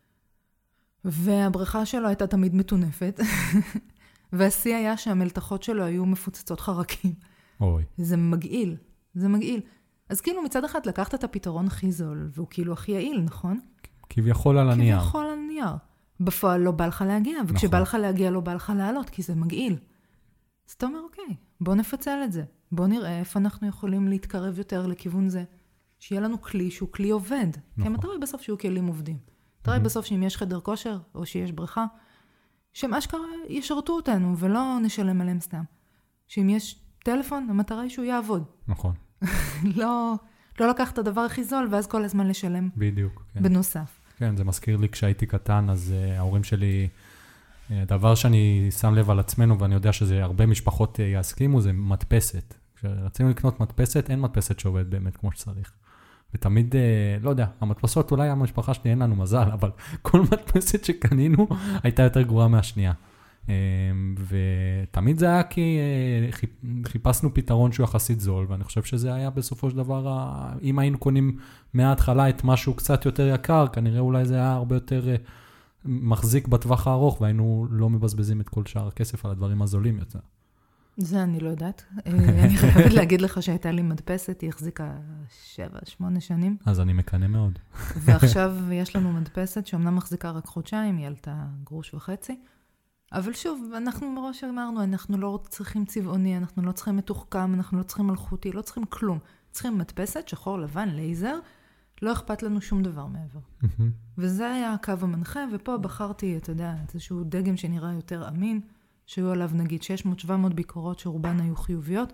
Speaker 2: והבריכה שלו הייתה תמיד מטונפת, והשיא היה שהמלתחות שלו היו מפוצצות חרקים.
Speaker 1: אוי.
Speaker 2: זה מגעיל, זה מגעיל. אז כאילו מצד אחד לקחת את הפתרון הכי זול, והוא כאילו הכי יעיל, נכון?
Speaker 1: כביכול על הנייר.
Speaker 2: כביכול על הנייר. בפועל לא בא לך להגיע, וכשבא לך להגיע לא בא לך לעלות, כי זה מגעיל. אז אתה אומר, אוקיי, בוא נפצל את זה. בוא נראה איפה אנחנו יכולים להתקרב יותר לכיוון זה, שיהיה לנו כלי שהוא כלי עובד. כי המטרה היא בסוף שיהיו כלים עובדים. המטרה היא בסוף שאם יש חדר כושר, או שיש בריכה, שהם אשכרה ישרתו אותנו, ולא נשלם עליהם סתם. שאם יש טלפון, המטרה היא שהוא יעבוד.
Speaker 1: נכון.
Speaker 2: לא, לא לקח את הדבר הכי זול, ואז כל הזמן לשלם.
Speaker 1: בדיוק. כן.
Speaker 2: בנוסף.
Speaker 1: כן, זה מזכיר לי כשהייתי קטן, אז uh, ההורים שלי, uh, דבר שאני שם לב על עצמנו, ואני יודע שזה הרבה משפחות uh, יסכימו, זה מדפסת. כשרצינו לקנות מדפסת, אין מדפסת שעובד באמת כמו שצריך. ותמיד, uh, לא יודע, המדפסות אולי המשפחה שלי אין לנו מזל, אבל כל מדפסת שקנינו הייתה יותר גרועה מהשנייה. ותמיד זה היה כי חיפשנו פתרון שהוא יחסית זול, ואני חושב שזה היה בסופו של דבר, אם היינו קונים מההתחלה את משהו קצת יותר יקר, כנראה אולי זה היה הרבה יותר מחזיק בטווח הארוך, והיינו לא מבזבזים את כל שאר הכסף על הדברים הזולים יותר.
Speaker 2: זה אני לא יודעת. אני חייבת להגיד לך שהייתה לי מדפסת, היא החזיקה שבע, שמונה שנים.
Speaker 1: אז אני מקנה מאוד.
Speaker 2: ועכשיו יש לנו מדפסת שאומנם מחזיקה רק חודשיים, היא עלתה גרוש וחצי. אבל שוב, אנחנו מראש אמרנו, אנחנו לא צריכים צבעוני, אנחנו לא צריכים מתוחכם, אנחנו לא צריכים מלכותי, לא צריכים כלום. צריכים מדפסת, שחור לבן, לייזר, לא אכפת לנו שום דבר מעבר. וזה היה הקו המנחה, ופה בחרתי, אתה יודע, איזשהו דגם שנראה יותר אמין, שהיו עליו נגיד שש מאות שבע מאות ביקורות שרובן היו חיוביות.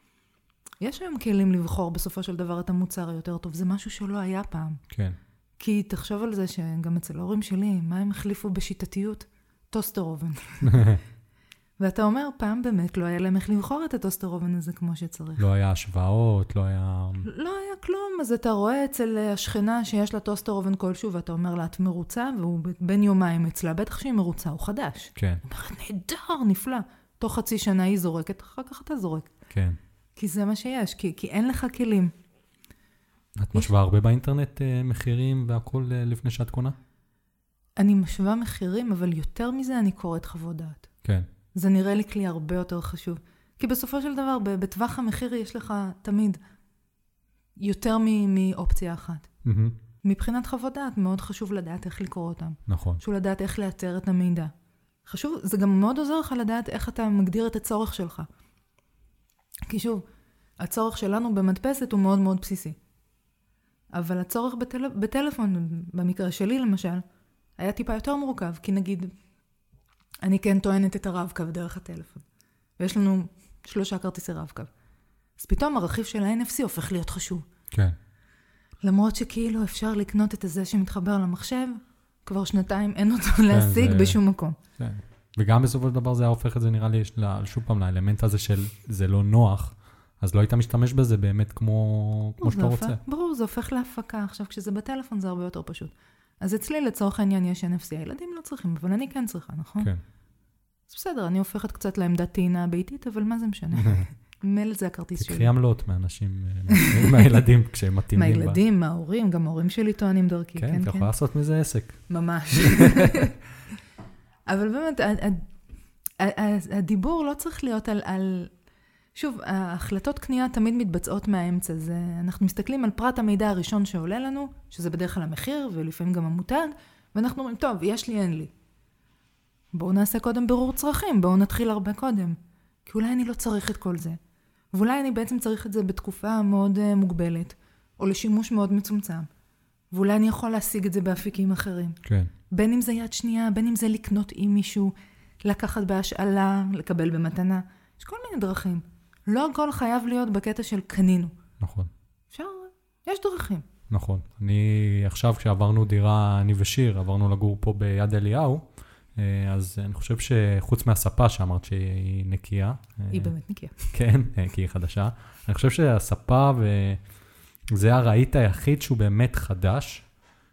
Speaker 2: יש היום כלים לבחור בסופו של דבר את המוצר היותר טוב, זה משהו שלא היה פעם.
Speaker 1: כן.
Speaker 2: כי תחשוב על זה שגם אצל ההורים שלי, מה הם החליפו בשיטתיות? טוסטר אובן. ואתה אומר, פעם באמת לא היה להם איך לבחור את הטוסטר אובן הזה כמו שצריך.
Speaker 1: לא היה השוואות, לא היה...
Speaker 2: לא היה כלום, אז אתה רואה אצל השכנה שיש לה טוסטר אובן כלשהו, ואתה אומר לה, את מרוצה, והוא בין יומיים אצלה, בטח שהיא מרוצה, הוא חדש.
Speaker 1: כן.
Speaker 2: היא אומרת, נהדר, נפלא. תוך חצי שנה היא זורקת, אחר כך אתה זורק.
Speaker 1: כן.
Speaker 2: כי זה מה שיש, כי, כי אין לך כלים.
Speaker 1: את משווה הרבה באינטרנט מחירים והכל לפני שאת קונה?
Speaker 2: אני משווה מחירים, אבל יותר מזה אני קוראת חוות דעת.
Speaker 1: כן.
Speaker 2: זה נראה לי כלי הרבה יותר חשוב. כי בסופו של דבר, בטווח המחיר יש לך תמיד יותר מאופציה אחת.
Speaker 1: Mm-hmm.
Speaker 2: מבחינת חוות דעת, מאוד חשוב לדעת איך לקרוא אותם.
Speaker 1: נכון.
Speaker 2: חשוב לדעת איך לאתר את המידע. חשוב, זה גם מאוד עוזר לך לדעת איך אתה מגדיר את הצורך שלך. כי שוב, הצורך שלנו במדפסת הוא מאוד מאוד בסיסי. אבל הצורך בטל... בטלפון, במקרה שלי למשל, היה טיפה יותר מורכב, כי נגיד, אני כן טוענת את הרב-קו דרך הטלפון. ויש לנו שלושה כרטיסי רב-קו. אז פתאום הרכיב של ה-אן אף סי הופך להיות חשוב.
Speaker 1: כן.
Speaker 2: למרות שכאילו אפשר לקנות את הזה שמתחבר למחשב, כבר שנתיים אין אותו להשיג בשום מקום.
Speaker 1: כן. וגם בסופו של דבר זה היה הופך את זה, נראה לי, שוב פעם, לאלמנט הזה של זה לא נוח, אז לא היית משתמש בזה באמת כמו, כמו שאתה רוצה.
Speaker 2: ברור, זה הופך להפקה. עכשיו, כשזה בטלפון זה הרבה יותר פשוט. אז אצלי לצורך העניין יש אן אף סי. הילדים לא צריכים, אבל אני כן צריכה, נכון?
Speaker 1: כן.
Speaker 2: אז בסדר, אני הופכת קצת לעמדת טעינה הביתית, אבל מה זה משנה? מייל זה הכרטיס שלי.
Speaker 1: תקחי עמלות מאנשים, מהילדים, כשהם מתאימים.
Speaker 2: מהילדים, מההורים, גם ההורים שלי טוענים דרכי.
Speaker 1: כן, אתה יכול לעשות מזה עסק.
Speaker 2: ממש. אבל באמת, הדיבור לא צריך להיות על... שוב, ההחלטות קנייה תמיד מתבצעות מהאמצע. אנחנו מסתכלים על פרט המידע הראשון שעולה לנו, שזה בדרך כלל המחיר, ולפעמים גם המותג, ואנחנו אומרים, טוב, יש לי, אין לי. בואו נעשה קודם ברור צרכים, בואו נתחיל הרבה קודם. כי אולי אני לא צריך את כל זה. ואולי אני בעצם צריך את זה בתקופה מאוד מוגבלת, או לשימוש מאוד מצומצם. ואולי אני יכול להשיג את זה באפיקים אחרים.
Speaker 1: כן.
Speaker 2: בין אם זה יד שנייה, בין אם זה לקנות עם מישהו, לקחת בהשאלה, לקבל במתנה. יש כל מיני דרכים. לא הכל חייב להיות בקטע של קנינו.
Speaker 1: נכון.
Speaker 2: אפשר, יש דרכים.
Speaker 1: נכון. אני עכשיו כשעברנו דירה, אני ושיר, עברנו לגור פה ביד אליהו, אז אני חושב שחוץ מהספה שאמרת שהיא נקייה.
Speaker 2: היא באמת נקייה.
Speaker 1: כן, כי היא חדשה. אני חושב שהספה וזה הרהיט היחיד שהוא באמת חדש.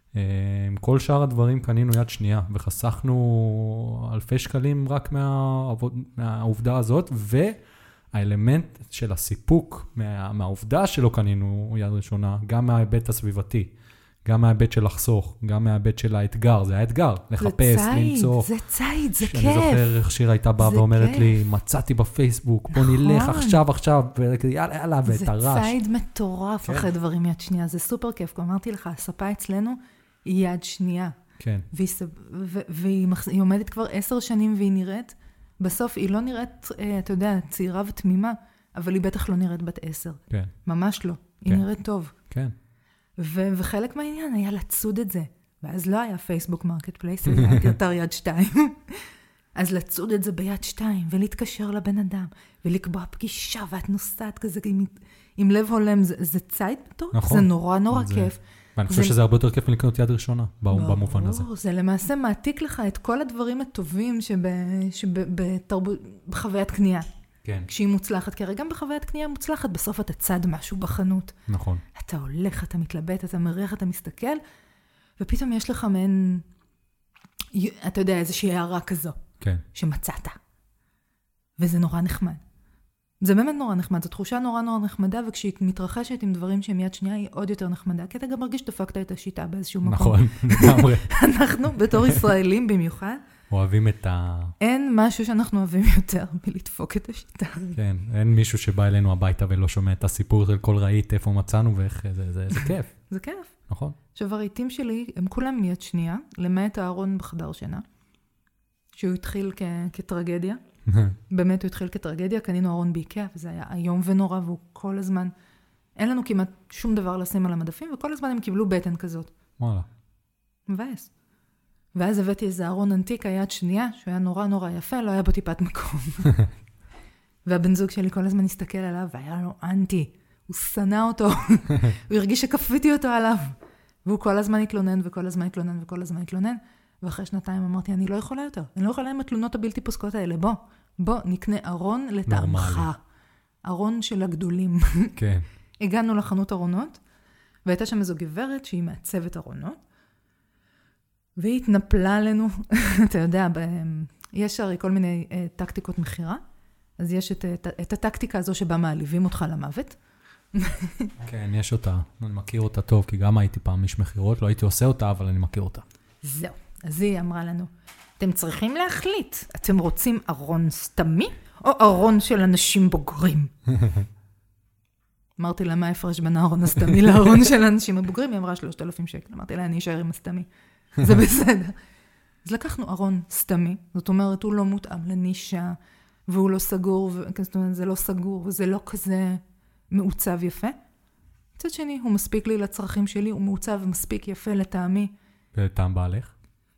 Speaker 1: כל שאר הדברים קנינו יד שנייה, וחסכנו אלפי שקלים רק מהעובדה הזאת, והאלמנט של הסיפוק מה, מהעובדה שלא קנינו יד ראשונה, גם מההיבט הסביבתי, גם מההיבט של לחסוך, גם מההיבט של האתגר, זה האתגר, לחפש, למצוא.
Speaker 2: זה צייד, זה כיף.
Speaker 1: אני זוכר איך שיר הייתה באה ואומרת לי, מצאתי בפייסבוק, בוא נלך עכשיו, עכשיו, ויאללה, יאללה, ואת הרש.
Speaker 2: זה צייד מטורף אחרי דברים יד שנייה, זה סופר כיף, כמו אמרתי לך, הספה אצלנו היא יד שנייה.
Speaker 1: כן.
Speaker 2: והיא, והיא, והיא עומדת כבר עשר שנים והיא נראית, בסוף היא לא נראית, אתה יודע, צעירה ותמימה, אבל היא בטח לא נראית בת עשר.
Speaker 1: כן.
Speaker 2: ממש לא. היא
Speaker 1: כן.
Speaker 2: נראית טוב.
Speaker 1: כן.
Speaker 2: ו- וחלק מהעניין היה לצוד את זה. ואז לא היה פייסבוק מרקט פלייס, אלא היה יותר יד שתיים. אז לצוד את זה ביד שתיים, ולהתקשר לבן אדם, ולקבוע פגישה, ואת נוסעת כזה עם, עם לב הולם. זה, זה צייד טוב, נכון. זה נורא נורא זה... כיף.
Speaker 1: ואני חושב זה... שזה הרבה יותר כיף לקנות יד ראשונה, במובן הזה.
Speaker 2: זה למעשה מעתיק לך את כל הדברים הטובים שבחוויית קנייה.
Speaker 1: כן.
Speaker 2: כשהיא מוצלחת, כי הרי גם בחוויית קנייה מוצלחת, בסוף אתה צד משהו בחנות.
Speaker 1: נכון.
Speaker 2: אתה הולך, אתה מתלבט, אתה מריח, אתה מסתכל, ופתאום יש לך מעין, אתה יודע, איזושהי הערה כזו.
Speaker 1: כן.
Speaker 2: שמצאת. וזה נורא נחמד. זה באמת נורא נחמד, זו תחושה נורא נורא נחמדה, וכשהיא מתרחשת עם דברים שהם יד שנייה, היא עוד יותר נחמדה, כי אתה גם מרגיש שדפקת את השיטה באיזשהו מקום.
Speaker 1: נכון, לגמרי.
Speaker 2: אנחנו, בתור ישראלים במיוחד,
Speaker 1: אוהבים את ה...
Speaker 2: אין משהו שאנחנו אוהבים יותר מלדפוק את השיטה.
Speaker 1: כן, אין מישהו שבא אלינו הביתה ולא שומע את הסיפור של כל ראית, איפה מצאנו ואיך, זה, זה, זה כיף.
Speaker 2: זה כיף.
Speaker 1: נכון.
Speaker 2: עכשיו, הרהיטים שלי, הם כולם מיד שנייה, למעט הארון בחדר שינה, שהוא התחיל כ- כטרגדיה. באמת הוא התחיל כטרגדיה, קנינו ארון באיקאה, וזה היה איום ונורא, והוא כל הזמן, אין לנו כמעט שום דבר לשים על המדפים, וכל הזמן הם קיבלו בטן כזאת.
Speaker 1: וואלה.
Speaker 2: מבאס. ואז הבאתי איזה ארון אנטיק, היד שנייה, שהוא היה נורא נורא יפה, לא היה בו טיפת מקום. והבן זוג שלי כל הזמן הסתכל עליו, והיה לו אנטי. הוא שנא אותו, הוא הרגיש שכפיתי אותו עליו. והוא כל הזמן התלונן, וכל הזמן התלונן, וכל הזמן התלונן. ואחרי שנתיים אמרתי, אני לא יכולה יותר. אני לא יכולה עם התלונות הבלתי פוסקות האלה. בוא, בוא, נקנה ארון לטעמך. ארון של הגדולים.
Speaker 1: כן.
Speaker 2: הגענו לחנות ארונות, והייתה שם איזו גברת שהיא מעצבת ארונות, והיא התנפלה עלינו, אתה יודע, יש הרי כל מיני טקטיקות מחירה, אז יש את, את, את הטקטיקה הזו שבה מעליבים אותך למוות.
Speaker 1: כן, יש אותה. אני מכיר אותה טוב, כי גם הייתי פעם איש מחירות, לא הייתי עושה אותה, אבל אני מכיר אותה.
Speaker 2: זהו. אז היא אמרה לנו, אתם צריכים להחליט, אתם רוצים ארון סתמי, או ארון של אנשים בוגרים? אמרתי לה, מה ההפרש בין הארון הסתמי לארון של אנשים הבוגרים? היא אמרה שלושת אלפים שקל. אמרתי לה, אני אשאר עם הסתמי. זה בסדר. אז לקחנו ארון סתמי, זאת אומרת, הוא לא מותאם לנישה, והוא לא סגור, זאת אומרת, זה לא סגור, וזה לא כזה מעוצב יפה. מצד שני, הוא מספיק לי לצרכים שלי, הוא מעוצב מספיק יפה לטעמי.
Speaker 1: וטעם בעלך?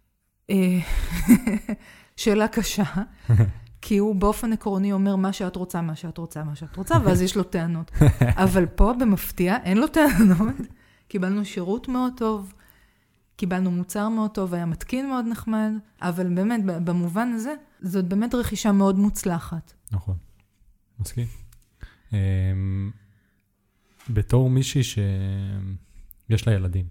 Speaker 2: שאלה קשה, כי הוא באופן עקרוני אומר מה שאת רוצה, מה שאת רוצה, מה שאת רוצה, ואז יש לו טענות. אבל פה במפתיע אין לו טענות. קיבלנו שירות מאוד טוב, קיבלנו מוצר מאוד טוב, היה מתקין מאוד נחמד, אבל באמת, במובן הזה, זאת באמת רכישה מאוד מוצלחת.
Speaker 1: נכון, מסכים. בתור מישהי שיש לה ילדים.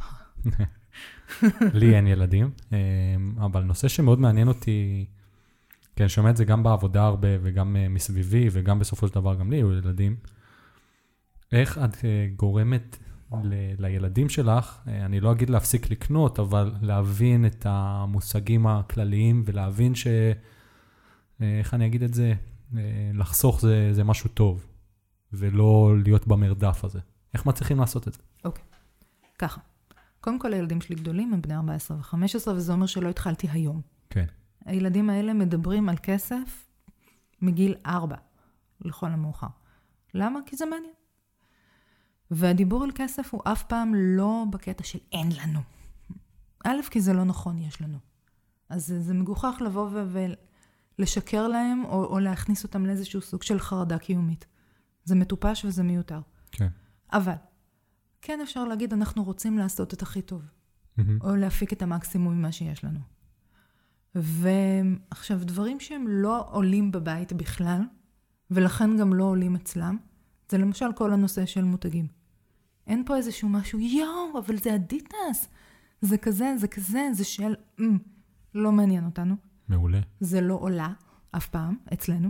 Speaker 1: לי אין ילדים, אבל נושא שמאוד מעניין אותי, כי אני שומע את זה גם בעבודה הרבה, וגם מסביבי, וגם בסופו של דבר גם לי היו ילדים. איך את גורמת ל- לילדים שלך, אני לא אגיד להפסיק לקנות, אבל להבין את המושגים הכלליים, ולהבין ש... איך אני אגיד את זה? לחסוך זה, זה משהו טוב, ולא להיות במרדף הזה. איך מצליחים לעשות את זה?
Speaker 2: אוקיי, ככה. קודם כל, הילדים שלי גדולים, הם בני ארבע עשרה וחמש עשרה, וזה אומר שלא התחלתי היום.
Speaker 1: כן.
Speaker 2: הילדים האלה מדברים על כסף מגיל ארבע, לכל המאוחר. למה? כי זה מעניין. והדיבור על כסף הוא אף פעם לא בקטע של אין לנו. א', כי זה לא נכון, יש לנו. אז זה, זה מגוחך לבוא ו- ולשקר להם, או, או להכניס אותם לאיזשהו סוג של חרדה קיומית. זה מטופש וזה מיותר.
Speaker 1: כן.
Speaker 2: אבל, כן אפשר להגיד, אנחנו רוצים לעשות את הכי טוב.
Speaker 1: Mm-hmm.
Speaker 2: או להפיק את המקסימום ממה שיש לנו. ועכשיו, דברים שהם לא עולים בבית בכלל, ולכן גם לא עולים אצלם, זה למשל כל הנושא של מותגים. אין פה איזשהו משהו, יואו, אבל זה אדידס. זה כזה, זה כזה, זה של... Mm, לא מעניין אותנו.
Speaker 1: מעולה.
Speaker 2: זה לא עולה אף פעם אצלנו.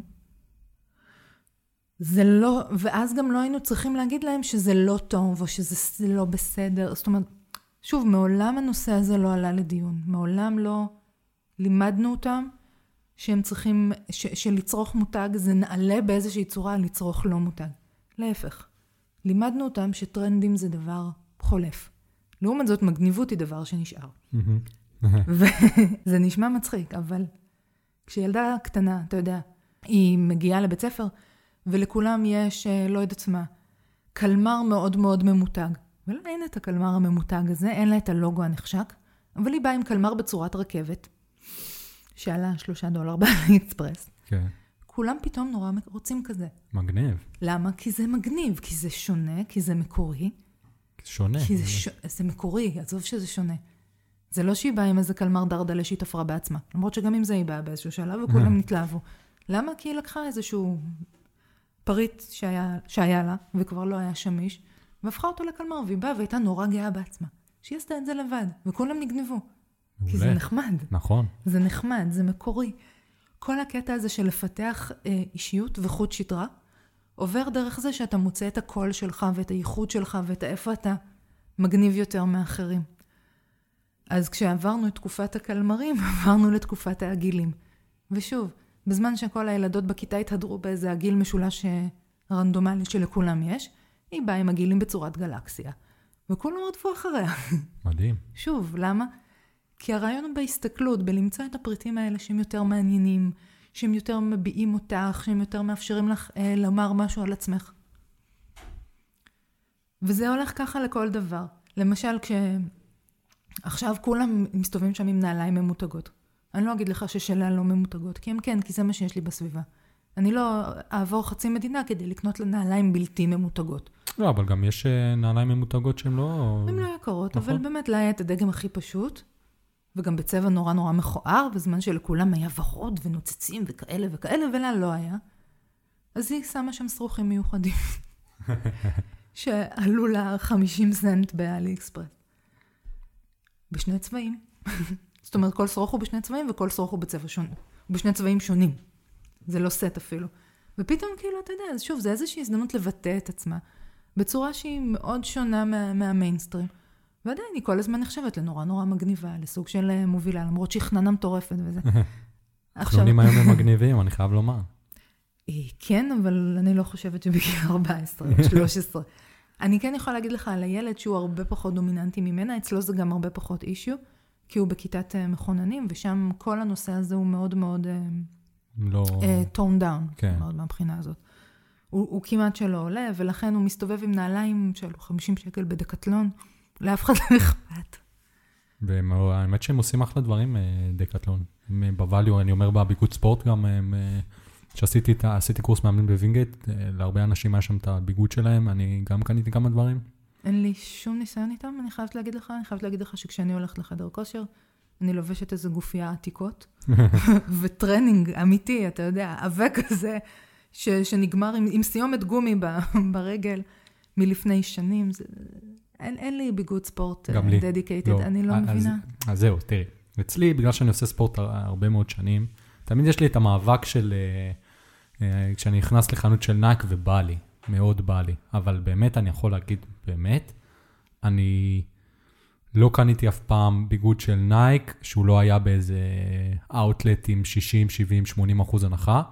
Speaker 2: זה לא, ואז גם לא היינו צריכים להגיד להם שזה לא טוב, או שזה לא בסדר. זאת אומרת, שוב, מעולם הנושא הזה לא עלה לדיון. מעולם לא לימדנו אותם שהם צריכים, ש, שלצרוך מותג זה נעלה באיזושהי צורה לצרוך לא מותג. להפך. לימדנו אותם שטרנדים זה דבר חולף. לעומת זאת, מגניבות היא דבר שנשאר. וזה נשמע מצחיק, אבל כשילדה קטנה, אתה יודע, היא מגיעה לבית ספר, ולכולם יש, לא יודעת מה, קלמר מאוד מאוד ממותג. ולא אין את הקלמר הממותג הזה, אין לה את הלוגו הנחשק, אבל היא באה עם קלמר בצורת רכבת, שעלה שלושה דולר באלי אקספרס.
Speaker 1: כן.
Speaker 2: כולם פתאום נורא רוצים כזה.
Speaker 1: מגניב.
Speaker 2: למה? כי זה מגניב, כי זה שונה, כי זה מקורי.
Speaker 1: שונה.
Speaker 2: כי זה, ש... זה מקורי, עזוב שזה שונה. זה לא שהיא באה עם איזה קלמר דרדלה שהיא תפרה בעצמה. למרות שגם עם זה היא באה באיזשהו שלב, וכולם נתלהבו. למה? כי היא לקחה איזשהו פריט שהיה, שהיה לה, וכבר לא היה שמיש, והפכה אותו לקלמר, והיא באה והייתה נורא גאה בעצמה. שהיא עשתה את זה לבד, וכולם נגנבו. כי זה נחמד.
Speaker 1: נכון.
Speaker 2: זה נחמד, זה מקורי. כל הקטע הזה של לפתח אה, אישיות וחוט שדרה, עובר דרך זה שאתה מוצא את הקול שלך ואת הייחוד שלך ואת איפה אתה מגניב יותר מאחרים. אז כשעברנו את תקופת הקלמרים, עברנו לתקופת העגילים. ושוב, בזמן שכל הילדות בכיתה התהדרו באיזה עגיל משולש רנדומלי שלכולם יש, היא באה עם עגילים בצורת גלקסיה. וכולם רדפו אחריה.
Speaker 1: מדהים.
Speaker 2: שוב, למה? כי הרעיון הוא בהסתכלות, בלמצוא את הפריטים האלה שהם יותר מעניינים, שהם יותר מביעים אותך, שהם יותר מאפשרים לך אה, לומר משהו על עצמך. וזה הולך ככה לכל דבר. למשל, כשעכשיו כולם מסתובבים שם עם נעליים ממותגות. אני לא אגיד לך ששלה לא ממותגות, כי הם כן, כי זה מה שיש לי בסביבה. אני לא אעבור חצי מדינה כדי לקנות לנעליים בלתי ממותגות.
Speaker 1: לא, אבל גם יש נעליים ממותגות שהן לא...
Speaker 2: הן לא יקרות, אבל באמת לה היה את הדגם הכי פשוט, וגם בצבע נורא נורא מכוער, בזמן שלכולם היה ורוד ונוצצים וכאלה וכאלה, ולה לא היה. אז היא שמה שם שרוכים מיוחדים, שעלו לה חמישים סנט באלי אקספרס. בשני צבעים. זאת אומרת, כל שרוך הוא בשני צבעים, וכל שרוך הוא בצבע שונה. הוא בשני צבעים שונים. זה לא סט אפילו. ופתאום כאילו, אתה יודע, אז שוב, זה איזושהי הזדמנות לבטא את עצמה, בצורה שהיא מאוד שונה מה, מהמיינסטרים. ועדיין, היא כל הזמן נחשבת לנורא נורא מגניבה, לסוג של מובילה, למרות שהיא חננה מטורפת וזה.
Speaker 1: חנונים היום הם מגניבים, אני חייב לומר.
Speaker 2: כן, אבל אני לא חושבת שבגיל ארבע עשרה או שלוש עשרה. אני כן יכולה להגיד לך על הילד שהוא הרבה פחות דומיננטי ממנה, אצלו זה גם הרבה פחות אישיו, כי הוא בכיתת מכוננים, ושם כל הנושא הזה הוא מאוד מאוד
Speaker 1: לא...
Speaker 2: טון דאון,
Speaker 1: כן.
Speaker 2: מאוד מהבחינה הזאת. הוא, הוא כמעט שלא עולה, ולכן הוא מסתובב עם נעליים של חמישים שקל בדקטלון, לאף אחד לא אכפת.
Speaker 1: והאמת שהם עושים אחלה דברים, דקטלון. בווליו, אני אומר בביגוד ספורט גם, שעשיתי עשיתי קורס מאמן בווינגייט, להרבה אנשים היה שם את הביגוד שלהם, אני גם קניתי כמה דברים.
Speaker 2: אין לי שום ניסיון איתם, אני חייבת להגיד לך, אני חייבת להגיד לך שכשאני הולכת לחדר כושר, אני לובשת איזו גופייה עתיקות, וטרנינג אמיתי, אתה יודע, אבק כזה, ש, שנגמר עם, עם סיומת גומי ב, ברגל מלפני שנים, זה, אין, אין לי ביגוד ספורט דדיקייטד, לא. אני לא אז, מבינה.
Speaker 1: אז זהו, תראי, אצלי, בגלל שאני עושה ספורט הרבה מאוד שנים, תמיד יש לי את המאבק של, כשאני נכנס לחנות של נייק ובא לי, מאוד בא לי, אבל באמת אני יכול להגיד, באמת, אני לא קניתי אף פעם ביגוד של נייק, שהוא לא היה באיזה אאוטלט עם שישים, שבעים, שמונים אחוז הנחה,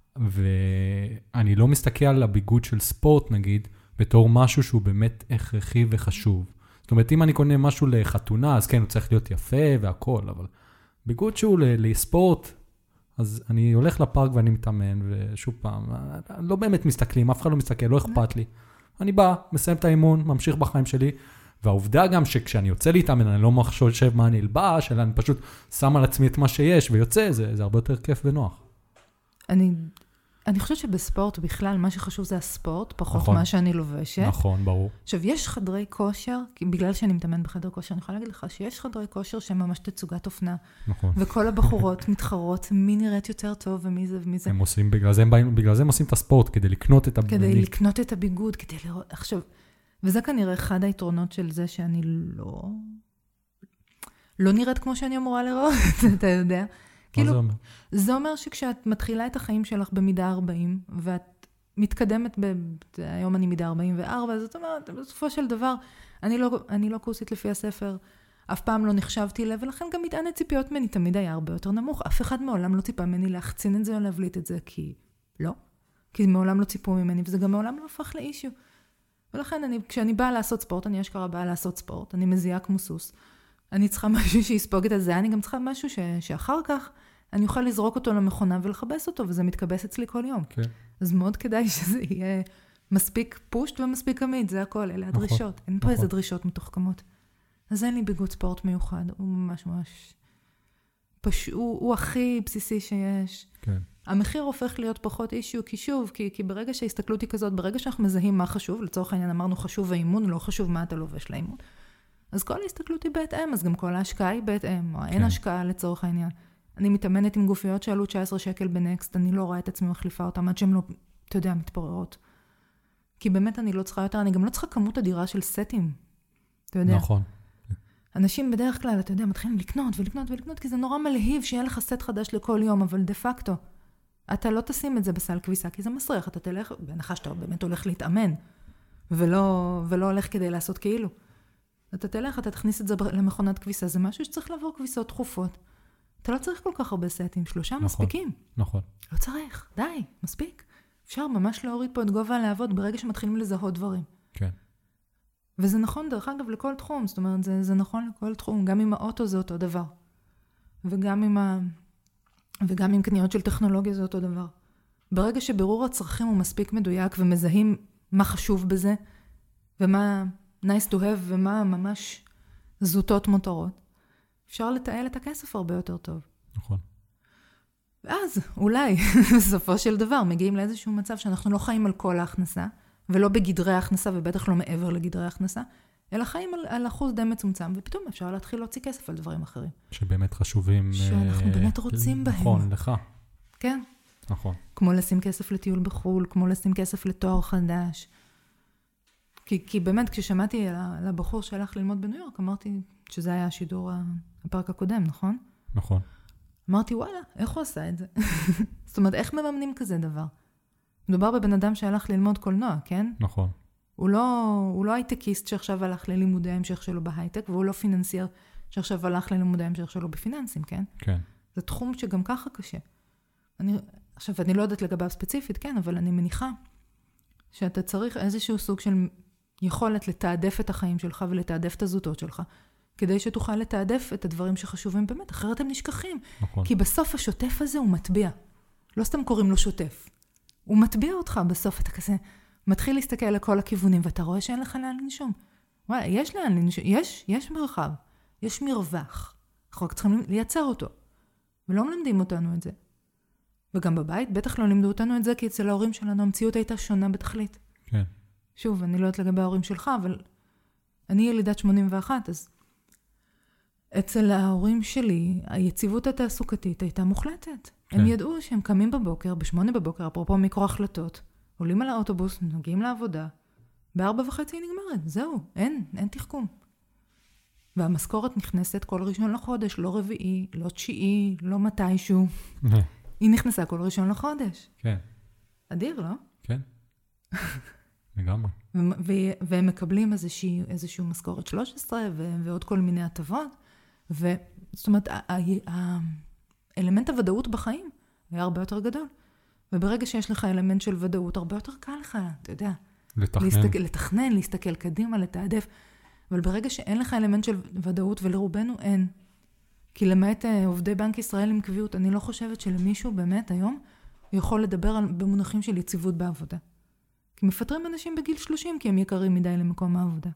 Speaker 1: ואני לא מסתכל על הביגוד של ספורט, נגיד, בתור משהו שהוא באמת הכרחי וחשוב. זאת אומרת, אם אני קונה משהו לחתונה, אז כן, הוא צריך להיות יפה והכל, אבל ביגוד שהוא לספורט, אז אני הולך לפארק ואני מתאמן, ושוב פעם, לא באמת מסתכלים, אף אחד לא מסתכל, לא אכפת לי. אני בא, מסיים את האימון, ממשיך בחיים שלי, והעובדה גם שכשאני יוצא להתאמן, אני לא חושב מה אני אלבש, אלא אני פשוט שם על עצמי את מה שיש ויוצא, זה, זה הרבה יותר כיף ונוח.
Speaker 2: אני, אני חושבת שבספורט בכלל, מה שחשוב זה הספורט, פחות
Speaker 1: נכון,
Speaker 2: מה שאני לובשת.
Speaker 1: נכון, ברור.
Speaker 2: עכשיו, יש חדרי כושר, בגלל שאני מתאמן בחדר כושר, אני יכולה להגיד לך שיש חדרי כושר שהם ממש תצוגת אופנה.
Speaker 1: נכון.
Speaker 2: וכל הבחורות מתחרות, מי נראית יותר טוב ומי זה ומי זה.
Speaker 1: הם עושים, בגלל זה הם באים, בגלל זה הם עושים את הספורט, כדי לקנות את הביגוד.
Speaker 2: כדי לקנות את הביגוד, כדי לראות, עכשיו, וזה כנראה אחד היתרונות של זה שאני לא, לא נראית כמו שאני אמורה לראות, אתה יודע.
Speaker 1: מה זה אומר?
Speaker 2: זה אומר שכשאת מתחילה את החיים שלך במידה ארבעים, ואת מתקדמת, ב... היום אני מידה ארבעים וארבע, זאת אומרת, בסופו של דבר, אני לא, אני לא קורסית לפי הספר, אף פעם לא נחשבתי לב, ולכן גם מטען הציפיות ממני תמיד היה הרבה יותר נמוך. אף אחד מעולם לא ציפה ממני להחצין את זה או להבליט את זה, כי לא. כי מעולם לא ציפו ממני, וזה גם מעולם לא הפך לאישיו. ולכן אני, כשאני באה לעשות ספורט, אני אשכרה באה לעשות ספורט, אני מזיעה כמו סוס. אני צריכה משהו שיספוג את הזה, אני גם צריכה משהו ש, שאחר כך אני אוכל לזרוק אותו למכונה ולחבס אותו, וזה מתקבס אצלי כל יום. Okay. אז מאוד כדאי שזה יהיה מספיק פושט ומספיק עמיד, זה הכל, אלה הדרישות. נכון, אין פה נכון. איזה דרישות מתוחכמות. אז אין לי ביגוד ספורט מיוחד, הוא ממש ממש פש... הוא, הוא הכי בסיסי שיש. כן. המחיר הופך להיות פחות אישיו, כי שוב, כי, כי ברגע שההסתכלות היא כזאת, ברגע שאנחנו מזהים מה חשוב, לצורך העניין אמרנו חשוב האימון, לא חשוב מה אתה לובש לאימון. אז כל ההסתכלות היא בהתאם, אז גם כל ההשקעה היא בהתאם, או אין השקעה לצורך העניין. אני מתאמנת עם גופיות שעלו תשע עשרה שקל בנקסט, אני לא רואה את עצמי מחליפה אותם, עד שהן לא, אתה יודע, מתפוררות. כי באמת אני לא צריכה יותר, אני גם לא צריכה כמות אדירה של סטים, אתה יודע.
Speaker 1: נכון.
Speaker 2: אנשים בדרך כלל, אתה יודע, מתחילים לקנות ולקנות ולקנות, כי זה נורא מלהיב שיהיה לך סט חדש לכל יום, אבל דה פקטו, אתה לא תשים את זה בסל כביסה, כי זה מסריח, אתה תלך, בהנחה שאתה באמת הולך להתאמן, ולא, ולא הולך כדי לעשות כאילו. אתה תלך, אתה תכניס את זה למכונת כביסה, זה משהו שצריך לעבור כביסות תכופות. אתה לא צריך כל כך הרבה סטים, שלושה
Speaker 1: נכון,
Speaker 2: מספיקים.
Speaker 1: נכון.
Speaker 2: לא צריך, די, מספיק. אפשר ממש להוריד פה את גובה הלהבות ברגע שמתחילים לזהות דברים.
Speaker 1: כן.
Speaker 2: וזה נכון, דרך אגב, לכל תחום. זאת אומרת, זה, זה נכון לכל תחום. גם עם האוטו זה אותו דבר. וגם עם, ה... וגם עם קניות של טכנולוגיה זה אותו דבר. ברגע שבירור הצרכים הוא מספיק מדויק ומזהים מה חשוב בזה, ומה nice to have ומה ממש זוטות מותרות, אפשר לתעל את הכסף הרבה יותר טוב.
Speaker 1: נכון.
Speaker 2: ואז אולי בסופו של דבר מגיעים לאיזשהו מצב שאנחנו לא חיים על כל ההכנסה, ולא בגדרי ההכנסה ובטח לא מעבר לגדרי ההכנסה, אלא חיים על, על אחוז די מצומצם, ופתאום אפשר להתחיל להוציא כסף על דברים אחרים.
Speaker 1: שבאמת חשובים.
Speaker 2: שאנחנו
Speaker 1: אה,
Speaker 2: באמת רוצים בהם.
Speaker 1: נכון, לך.
Speaker 2: כן.
Speaker 1: נכון.
Speaker 2: כמו לשים כסף לטיול בחול, כמו לשים כסף לתואר חדש. כי, כי באמת כששמעתי על הבחור שהלך ללמוד בניו יורק, אמרתי שזה היה השידור הפרק הקודם, נכון?
Speaker 1: נכון.
Speaker 2: אמרתי, וואלה, איך הוא עשה את זה? זאת אומרת, איך מממנים כזה דבר? מדובר בבן אדם שהלך ללמוד קולנוע, כן?
Speaker 1: נכון.
Speaker 2: הוא לא, הוא לא הייטקיסט שעכשיו הלך ללימודי ההמשך שלו בהייטק, והוא לא פיננסייר שעכשיו הלך ללימודי ההמשך שלו בפיננסים, כן?
Speaker 1: כן.
Speaker 2: זה תחום שגם ככה קשה. אני, עכשיו, אני לא יודעת לגביו ספציפית, כן, אבל אני מניחה שאתה צריך איזשהו סוג של יכולת לתעדף את החיים שלך ולתעדף את הזוטות שלך, כדי שתוכל לתעדף את הדברים שחשובים באמת, אחרת הם נשכחים.
Speaker 1: נכון.
Speaker 2: כי בסוף השוטף הזה הוא מטביע. לא סתם קוראים לו שוטף. הוא מטביע אותך בסוף, אתה כזה מתחיל להסתכל לכל הכיוונים, ואתה רואה שאין לך לאן לנשום. וואי, יש לאן לנשום, יש, יש מרחב, יש מרווח. אנחנו רק צריכים לייצר אותו. ולא מלמדים אותנו את זה. וגם בבית, בטח לא לימדו אותנו את זה, כי אצל ההורים שלנו המציאות הייתה שונה בתכלית.
Speaker 1: כן.
Speaker 2: שוב, אני לא יודעת לגבי ההורים שלך, אבל אני ילידת שמונים ואחת, אז אצל ההורים שלי, היציבות התעסוקתית הייתה מוחלטת. כן. הם ידעו שהם קמים בבוקר, בשמונה בבוקר, אפרופו מיקרו החלטות, עולים על האוטובוס, נוגעים לעבודה, בארבע וחצי היא נגמרת, זהו, אין, אין תחכום. והמשכורת נכנסת כל ראשון לחודש, לא רביעי, לא תשיעי, לא מתישהו. היא נכנסה כל ראשון לחודש.
Speaker 1: כן.
Speaker 2: אדיר, לא?
Speaker 1: כן. לגמרי.
Speaker 2: והם מקבלים איזושהי, איזושהי משכורת שלוש עשרה, ועוד כל מיני הטבות. וזאת אומרת, האלמנט הוודאות בחיים היה הרבה יותר גדול. וברגע שיש לך אלמנט של ודאות, הרבה יותר קל לך, אתה יודע.
Speaker 1: לתכנן.
Speaker 2: להסתכל, לתכנן, להסתכל קדימה, לתעדף. אבל ברגע שאין לך אלמנט של ודאות, ולרובנו אין. כי למעט עובדי בנק ישראל עם קביעות, אני לא חושבת שלמישהו באמת היום יכול לדבר על, במונחים של יציבות בעבודה. כי מפטרים אנשים בגיל שלושים, כי הם יקרים מדי למקום העבודה.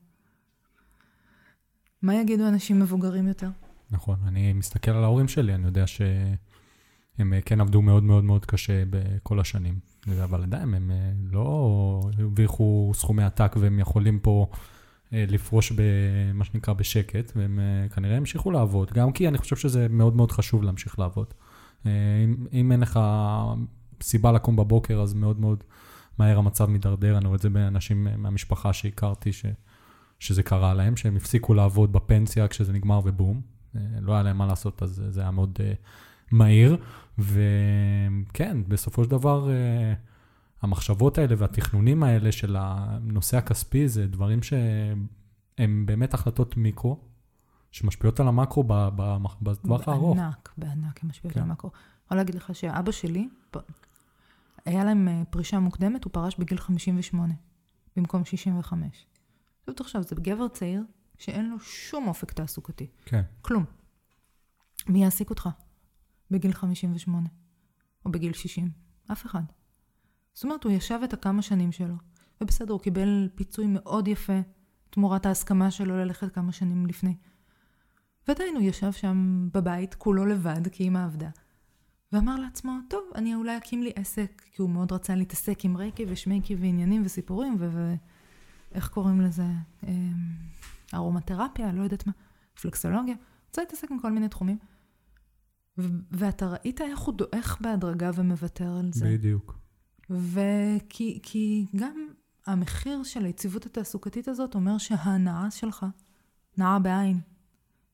Speaker 2: מה יגידו אנשים מבוגרים יותר?
Speaker 1: נכון, אני מסתכל על ההורים שלי, אני יודע שהם כן עבדו מאוד מאוד מאוד קשה בכל השנים, אבל עדיין הם לא הרוויחו סכומי עתק, והם יכולים פה לפרוש במה שנקרא בשקט, והם כנראה המשיכו לעבוד, גם כי אני חושב שזה מאוד מאוד חשוב להמשיך לעבוד. אם, אם אין לך סיבה לקום בבוקר, אז מאוד מאוד מהר המצב מדרדר, אני רואה את זה באנשים מהמשפחה שהכרתי, ש, שזה קרה להם, שהם הפסיקו לעבוד בפנסיה כשזה נגמר ובום, לא היה להם מה לעשות, אז זה היה מאוד מהיר, וכן, בסופו של דבר, המחשבות האלה והתכנונים האלה של הנושא הכספי, זה דברים שהם באמת החלטות מיקרו, שמשפיעות על המקרו בטווח הארוך.
Speaker 2: בענק, בענק, הם משפיעות על המקרו. אני יכול להגיד לך שאבא שלי, היה להם פרישה מוקדמת, הוא פרש בגיל חמישים ושמונה, במקום שישים וחמש. זאת עכשיו, זה גבר צעיר, שאין לו שום אופק תעסוקתי.
Speaker 1: כן.
Speaker 2: כלום. מי יעסיק אותך? בגיל חמישים ושמונה, או בגיל שישים? אף אחד. זאת אומרת, הוא ישב את הכמה שנים שלו, ובסדר, הוא קיבל פיצוי מאוד יפה, תמורת ההסכמה שלו ללכת כמה שנים לפני. ועדיין הוא ישב שם בבית, כולו לבד, כי אמא עבדה. ואמר לעצמו, טוב, אני אולי אקים לי עסק, כי הוא מאוד רצה להתעסק עם רייקי ושמייקי ועניינים וסיפורים, ואיך קוראים לזה? ארומתרפיה, לא יודעת מה, פלקסולוגיה. רוצה להתעסק עם כל מיני תחומים. ואתה ראית איך הוא דואך בהדרגה ומוותר על זה.
Speaker 1: בדיוק.
Speaker 2: וכי כי גם המחיר של היציבות התעסוקתית הזאת אומר שההנאה שלך, נאה בעין,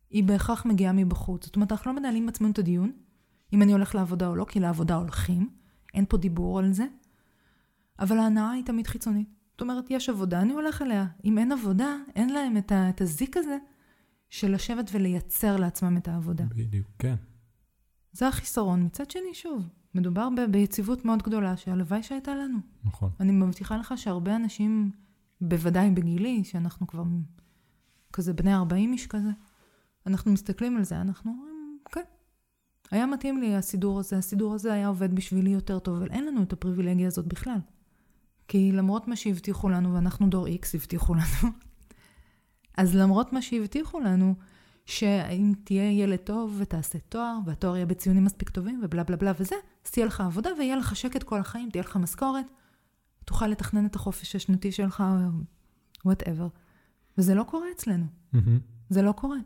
Speaker 2: היא בהכרח מגיעה מבחוץ. זאת אומרת, אנחנו לא מנהלים עצמנו את הדיון, אם אני הולך לעבודה או לא, כי לעבודה הולכים, אין פה דיבור על זה, אבל ההנאה היא תמיד חיצונית. זאת אומרת, יש עבודה, אני הולך אליה. אם אין עבודה, אין להם את, ה, את הזיק הזה, של לשבת ולייצר לעצמם את העבודה.
Speaker 1: בדיוק, כן.
Speaker 2: זה החיסרון. מצד שני, שוב, מדובר ב- ביציבות מאוד גדולה, שהלוואי שהייתה לנו.
Speaker 1: נכון.
Speaker 2: אני מבטיחה לך שהרבה אנשים, בוודאי בגילי, שאנחנו כבר כזה בני ארבעים איש כזה, אנחנו מסתכלים על זה, אנחנו אומרים, כן, היה מתאים לי הסידור הזה, הסידור הזה היה עובד בשבילי יותר טוב, אבל אין לנו את הפריבילגיה הזאת בכלל. כי למרות מה שהבטיחו לנו, ואנחנו דור X הבטיחו לנו, אז למרות מה שהבטיחו לנו, שאם תהיה ילד טוב ותעשה תואר, והתואר יהיה בציונים מספיק טובים, ובלה בלה בלה וזה, אז תהיה לך עבודה ויהיה לך שקט כל החיים, תהיה לך משכורת, תוכל לתכנן את החופש השנתי שלך, whatever. וזה לא קורה אצלנו.
Speaker 1: Mm-hmm.
Speaker 2: זה לא קורה.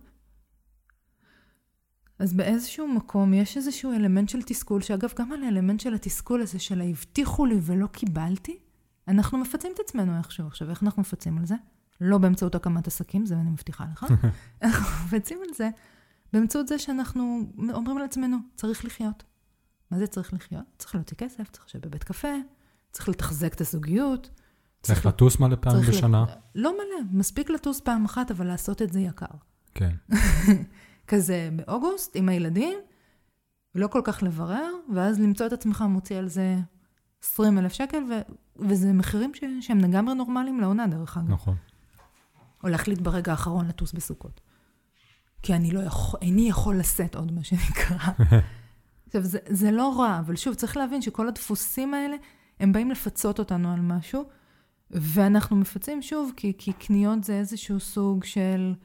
Speaker 2: אז באיזשהו מקום יש איזשהו אלמנט של תסכול, שאגב גם על האלמנט של התסכול הזה, של הבטיחו לי ולא קיבלתי, אנחנו מפצים את עצמנו איכשהו. עכשיו, איך אנחנו מפצים על זה? לא באמצעות הקמת עסקים, זה אני מבטיחה לך. אנחנו מפצים על זה באמצעות זה שאנחנו אומרים לעצמנו, צריך לחיות. מה זה צריך לחיות? צריך להוציא כסף, צריך לשבת בבית קפה, צריך לתחזק את הזוגיות.
Speaker 1: צריך לטוס מלא פעמים בשנה?
Speaker 2: לא מלא, מספיק לטוס פעם אחת, אבל לעשות את זה יקר.
Speaker 1: כן.
Speaker 2: כזה באוגוסט עם הילדים, לא כל כך לברר, ואז למצוא את עצמך מוציא על זה עשרים אלף שקל, וזה מחירים שהם לגמרי נורמליים לעונה דרך אגב.
Speaker 1: נכון.
Speaker 2: או להחליט ברגע האחרון לטוס בסוכות. כי אני לא יכול, איני יכול לשאת עוד מה שנקרא. עכשיו, זה, זה לא רע, אבל שוב, צריך להבין שכל הדפוסים האלה, הם באים לפצות אותנו על משהו, ואנחנו מפצים שוב, כי, כי קניות זה איזשהו סוג של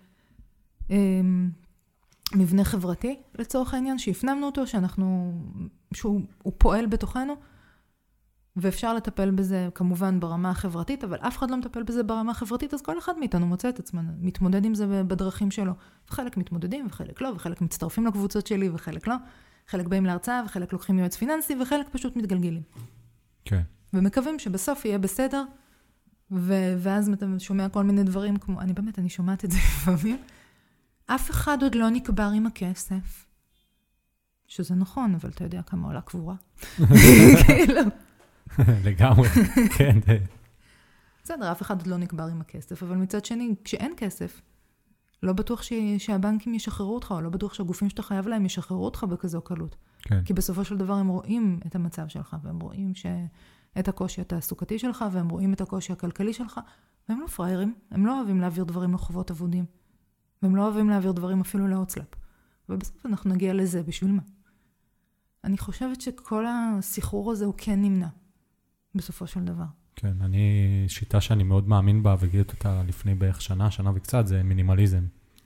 Speaker 2: אמ, מבנה חברתי, לצורך העניין, שהפנמנו אותו, שאנחנו, שהוא הוא פועל בתוכנו, ואפשר לטפל בזה כמובן ברמה החברתית, אבל אף אחד לא מטפל בזה ברמה החברתית, אז כל אחד מאיתנו מוצא את עצמנו, מתמודד עם זה בדרכים שלו. וחלק מתמודדים, וחלק לא, וחלק מצטרפים לקבוצות שלי, וחלק לא. חלק באים להרצאה, וחלק לוקחים יועץ פיננסי, וחלק פשוט מתגלגלים.
Speaker 1: כן.
Speaker 2: ומקווים שבסוף יהיה בסדר, ו- ואז אתה שומע כל מיני דברים, כמו, אני באמת, אני שומעת את זה לפעמים, אף אחד עוד לא נקבר עם הכסף. שזה נכון, אבל אתה יודע כמה עולה קבורה. כאילו.
Speaker 1: לגמרי, כן.
Speaker 2: בסדר, אף אחד עוד לא נקבר עם הכסף, אבל מצד שני, כשאין כסף, לא בטוח ש... שהבנקים ישחררו אותך, או לא בטוח שהגופים שאתה חייב להם ישחררו אותך בכזו קלות.
Speaker 1: כן.
Speaker 2: כי בסופו של דבר הם רואים את המצב שלך, והם רואים ש... את הקושי התעסוקתי שלך, והם רואים את הקושי הכלכלי שלך, והם לא פריירים, הם לא אוהבים להעביר דברים לחובות עבודים, והם לא אוהבים להעביר דברים אפילו להוצלפ. ובסוף אנחנו נגיע לזה, בשביל מה? אני חושבת שכל הסחרור הזה הוא כן נמנע. בסופו של דבר.
Speaker 1: כן, אני, שיטה שאני מאוד מאמין בה, וגיליתי אותה לפני בערך שנה, שנה וקצת, זה מינימליזם.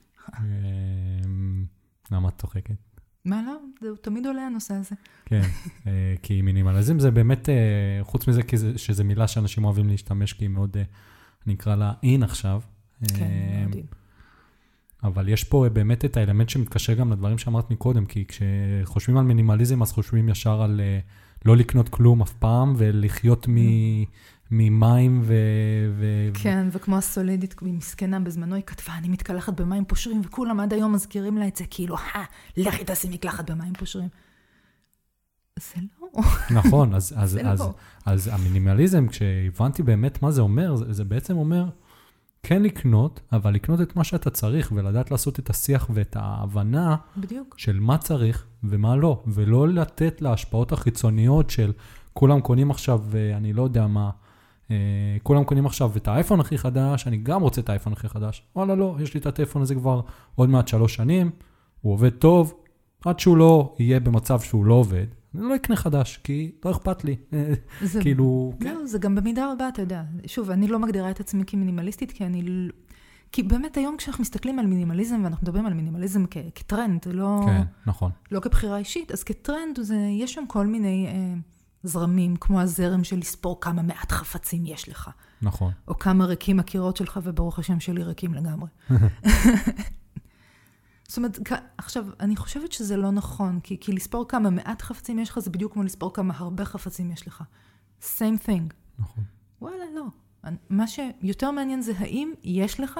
Speaker 1: למה את צוחקת?
Speaker 2: מה לא? זה תמיד עולה הנושא הזה.
Speaker 1: כן, כי מינימליזם זה באמת, חוץ מזה שזה מילה שאנשים אוהבים להשתמש, כי היא מאוד, נקרא לה אין עכשיו.
Speaker 2: כן, מאוד אין.
Speaker 1: אבל יש פה באמת את האלמנט שמתקשר גם לדברים שאמרת מקודם, כי כשחושבים על מינימליזם, אז חושבים ישר על לא לקנות כלום אף פעם, ולחיות ממים ו...
Speaker 2: כן, וכמו הסולידית, היא מסכנה בזמנו, היא כתבה, אני מתקלחת במים פושרים, וכולם עד היום מזכירים לה את זה, כאילו, לכי תעשי מקלחת במים פושרים. זה לא.
Speaker 1: נכון, אז המינימליזם, כשהבנתי באמת מה זה אומר, זה בעצם אומר, כן לקנות, אבל לקנות את מה שאתה צריך, ולדעת לעשות את השיח ואת ההבנה
Speaker 2: בדיוק.
Speaker 1: של מה צריך ומה לא, ולא לתת להשפעות החיצוניות של כולם קונים עכשיו, ואני לא יודע מה, כולם קונים עכשיו את האייפון הכי חדש, אני גם רוצה את האייפון הכי חדש. וואלה לא, יש לי את הטלפון הזה כבר עוד מעט שלוש שנים, הוא עובד טוב, עד שהוא לא יהיה במצב שהוא לא עובד, אני לא אקנה חדש, כי לא אכפת לי.
Speaker 2: זה,
Speaker 1: כאילו...
Speaker 2: לא,
Speaker 1: כן.
Speaker 2: זה גם במידה רבה, אתה יודע. שוב, אני לא מגדירה את עצמי כמינימליסטית, כי אני... כי באמת היום כשאנחנו מסתכלים על מינימליזם, ואנחנו מדברים על מינימליזם כ- כטרנד, לא...
Speaker 1: כן, נכון.
Speaker 2: לא כבחירה אישית, אז כטרנד, זה, יש שם כל מיני אה, זרמים, כמו הזרם של לספור כמה מעט חפצים יש לך.
Speaker 1: נכון.
Speaker 2: או כמה ריקים הקירות שלך, וברוך השם שלי ריקים לגמרי. זאת אומרת, עכשיו, אני חושבת שזה לא נכון, כי, כי לספור כמה מעט חפצים יש לך, זה בדיוק כמו לספור כמה הרבה חפצים יש לך. same thing.
Speaker 1: נכון.
Speaker 2: וואלה, לא. מה שיותר מעניין זה האם יש לך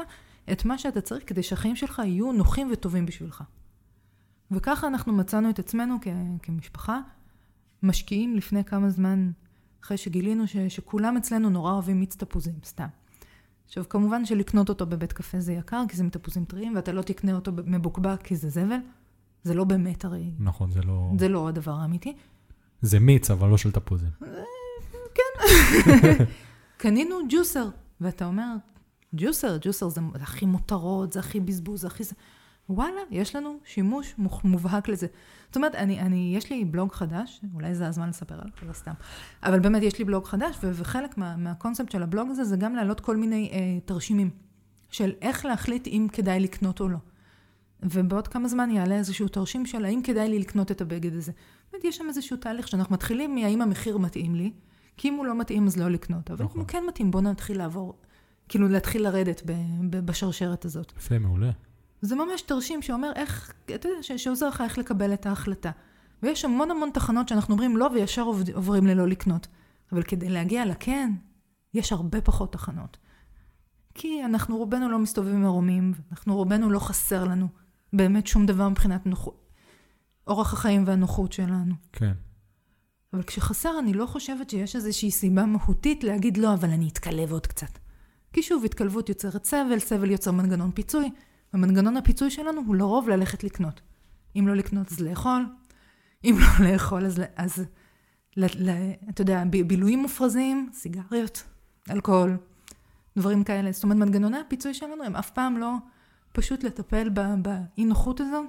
Speaker 2: את מה שאתה צריך כדי שהחיים שלך יהיו נוחים וטובים בשבילך. וככה אנחנו מצאנו את עצמנו כ- כמשפחה, משקיעים לפני כמה זמן, אחרי שגילינו ש- שכולם אצלנו נורא אוהבים מיץ תפוזים, סתם. עכשיו, כמובן שלקנות אותו בבית קפה זה יקר, כי זה מתפוזים טריים, ואתה לא תקנה אותו מבוקבק, כי זה זבל. זה לא באמת הרי...
Speaker 1: נכון, זה לא...
Speaker 2: זה לא הדבר האמיתי.
Speaker 1: זה מיץ, אבל לא של תפוזים.
Speaker 2: כן. קנינו ג'וסר, ואתה אומר, ג'וסר, ג'וסר זה הכי מותרות, זה הכי בזבוז, זה הכי... וואלה, יש לנו שימוש מובהק לזה. זאת אומרת, אני, אני, יש לי בלוג חדש, אולי זה הזמן לספר עליו, לא סתם. אבל באמת יש לי בלוג חדש, ו- וחלק מה, מהקונספט של הבלוג הזה, זה גם להעלות כל מיני אה, תרשימים, של איך להחליט אם כדאי לקנות או לא. ובעוד כמה זמן יעלה איזשהו תרשים של האם כדאי לי לקנות את הבגד הזה. באמת, יש שם איזשהו תהליך שאנחנו מתחילים מהאם המחיר מתאים לי, כי אם הוא לא מתאים אז לא לקנות. אבל
Speaker 1: נכון.
Speaker 2: אם הוא כן מתאים, בוא נתחיל לעבור, כאילו להתחיל לרדת ב- ב- בשרשרת הזאת.
Speaker 1: יפה, מעולה.
Speaker 2: זה ממש תרשים שאומר איך, אתה יודע, שעוזר לך איך לקבל את ההחלטה. ויש המון המון תחנות שאנחנו אומרים לא, וישר עוברים ללא לקנות. אבל כדי להגיע לכן, יש הרבה פחות תחנות. כי אנחנו רובנו לא מסתובבים מרומים, אנחנו רובנו לא חסר לנו באמת שום דבר מבחינת נוחות, אורח החיים והנוחות שלנו.
Speaker 1: כן.
Speaker 2: אבל כשחסר, אני לא חושבת שיש איזושהי סיבה מהותית להגיד לא, אבל אני אתקלב עוד קצת. כי שוב, התקלבות יוצרת סבל, סבל יוצר מנגנון פיצוי, המנגנון הפיצוי שלנו הוא לרוב ללכת לקנות. אם לא לקנות, אז לאכול. אם לא לאכול, אז, אז ל, ל, אתה יודע, בילויים מופרזים, סיגריות, אלכוהול, דברים כאלה. זאת אומרת, מנגנוני הפיצוי שלנו הם אף פעם לא פשוט לטפל באי נוחות הזאת,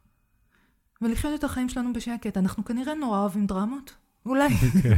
Speaker 2: ולחיות את החיים שלנו בשקט. אנחנו כנראה נורא אוהבים דרמות, אולי.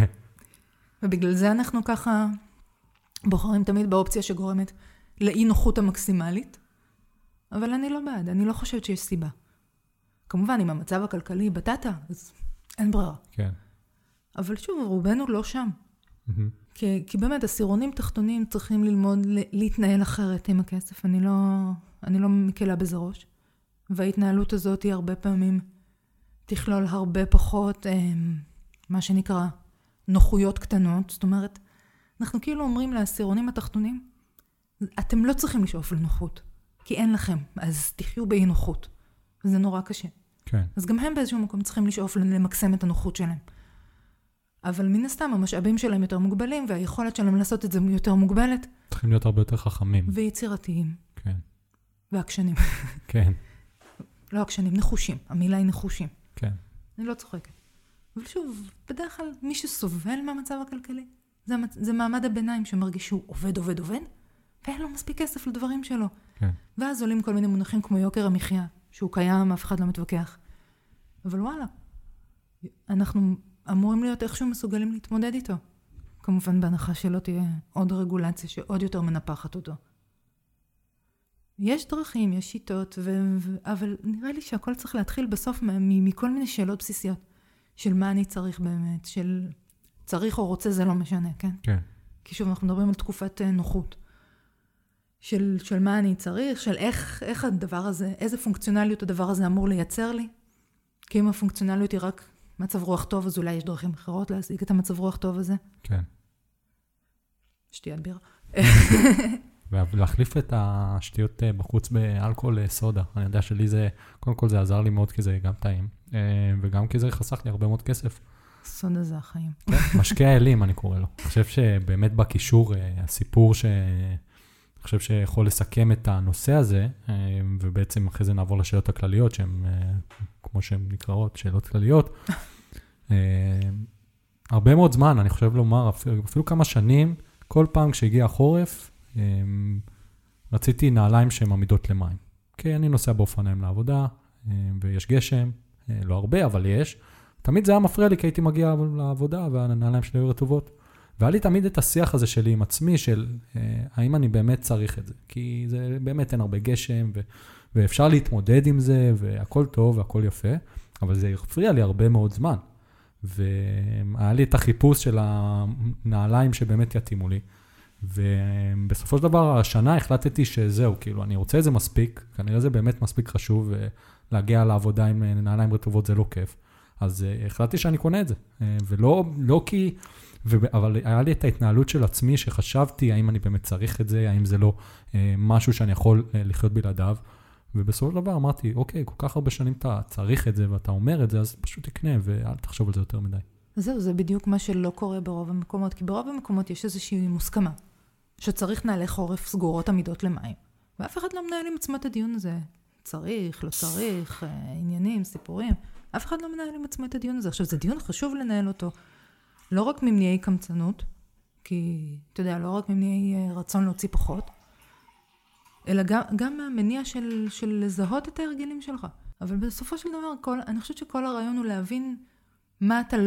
Speaker 2: ובגלל זה אנחנו ככה בוחרים תמיד באופציה שגורמת לאי נוחות המקסימלית, אבל אני לא בעד, אני לא חושבת שיש סיבה. כמובן, אם המצב הכלכלי בטטה, אז אין ברירה.
Speaker 1: כן.
Speaker 2: אבל שוב, רובנו לא שם.
Speaker 1: Mm-hmm.
Speaker 2: כי, כי באמת, הסירונים תחתונים צריכים ללמוד להתנהל אחרת עם הכסף. אני לא, אני לא מקלה בזה ראש. וההתנהלות הזאת היא הרבה פעמים תכלול הרבה פחות, אה, מה שנקרא, נוחויות קטנות. זאת אומרת, אנחנו כאילו אומרים לסירונים התחתונים, אתם לא צריכים לשאוף לנוחות. כי אין לכם, אז תחיו באי נוחות. וזה נורא קשה.
Speaker 1: כן.
Speaker 2: אז גם הם באיזשהו מקום צריכים לשאוף למקסם את הנוחות שלהם. אבל מן הסתם, המשאבים שלהם יותר מוגבלים, והיכולת שלהם לעשות את זה יותר מוגבלת.
Speaker 1: צריכים להיות הרבה יותר חכמים.
Speaker 2: ויצירתיים.
Speaker 1: כן.
Speaker 2: ועקשנים.
Speaker 1: כן.
Speaker 2: לא עקשנים, נחושים. המילה היא נחושים.
Speaker 1: כן.
Speaker 2: אני לא צוחקת. אבל שוב, בדרך כלל, מי שסובל מהמצב הכלכלי, זה, זה מעמד הביניים שמרגיש שהוא עובד, עובד, עובד, ואין לו מספיק כסף לדברים שלו.
Speaker 1: כן.
Speaker 2: ואז עולים כל מיני מונחים כמו יוקר המחיה, שהוא קיים, אף אחד לא מתווכח. אבל וואלה, אנחנו אמורים להיות איכשהו מסוגלים להתמודד איתו. כמובן בהנחה שלא תהיה עוד רגולציה שעוד יותר מנפחת אותו. יש דרכים, יש שיטות, ו... ו... אבל נראה לי שהכל צריך להתחיל בסוף מ... מכל מיני שאלות בסיסיות. של מה אני צריך באמת, של צריך או רוצה זה לא משנה, כן?
Speaker 1: כן.
Speaker 2: כי שוב, אנחנו מדברים על תקופת נוחות. של, של מה אני צריך, של איך, איך הדבר הזה, איזה פונקציונליות הדבר הזה אמור לייצר לי. כי אם הפונקציונליות היא רק מצב רוח טוב, אז אולי יש דרכים אחרות להשיג את המצב רוח טוב הזה.
Speaker 1: כן.
Speaker 2: שתיית בירה.
Speaker 1: ולהחליף את השתיות בחוץ באלכוהול סודה. אני יודע שלי זה, קודם כל זה עזר לי מאוד כי זה גם טעים, וגם כי זה חסך לי הרבה מאוד כסף.
Speaker 2: סודה זה החיים.
Speaker 1: משקה האלים אני קורא לו. אני חושב שבאמת בקישור, הסיפור ש... אני חושב שיכול לסכם את הנושא הזה, ובעצם אחרי זה נעבור לשאלות הכלליות, שהן, כמו שהן נקראות, שאלות כלליות. הרבה מאוד זמן, אני חושב לומר, אפילו, אפילו כמה שנים, כל פעם כשהגיע החורף, רציתי נעליים שהן עמידות למים. כי אני נוסע באופניים לעבודה, ויש גשם, לא הרבה, אבל יש. תמיד זה היה מפריע לי, כי הייתי מגיע לעבודה, והנעליים שלי היו רטובות. והיה לי תמיד את השיח הזה שלי עם עצמי, של אה, האם אני באמת צריך את זה. כי זה באמת אין הרבה גשם, ו- ואפשר להתמודד עם זה, והכל טוב, והכל יפה, אבל זה הפריע לי הרבה מאוד זמן. והיה לי את החיפוש של הנעליים שבאמת יתאימו לי, ובסופו של דבר, השנה החלטתי שזהו, כאילו, אני רוצה את זה מספיק, כנראה זה באמת מספיק חשוב, ולהגיע לעבודה עם נעליים רטובות זה לא כיף. אז uh, החלטתי שאני קונה את זה, uh, ולא לא כי, ו, אבל היה לי את ההתנהלות של עצמי, שחשבתי האם אני באמת צריך את זה, האם זה לא uh, משהו שאני יכול uh, לחיות בלעדיו, ובסופו של דבר אמרתי, אוקיי, כל כך הרבה שנים אתה צריך את זה, ואתה אומר את זה, אז פשוט תקנה, ואל תחשוב על זה יותר מדי.
Speaker 2: זהו, זה בדיוק מה שלא קורה ברוב המקומות, כי ברוב המקומות יש איזושהי מוסכמה, שצריך נעלי חורף סגורות עמידות למים, ואף אחד לא מנהל עם עצמו את הדיון הזה. צריך, לא צריך, עניינים, סיפורים. אף אחד לא מנהל עם עצמו את הדיון הזה. עכשיו, זה דיון חשוב לנהל אותו. לא רק ממניעי קמצנות, כי, אתה יודע, לא רק ממניעי רצון להוציא פחות, אלא גם, גם מהמניע של, של לזהות את ההרגלים שלך. אבל בסופו של דבר, כל, אני חושבת שכל הרעיון הוא להבין מה אתה,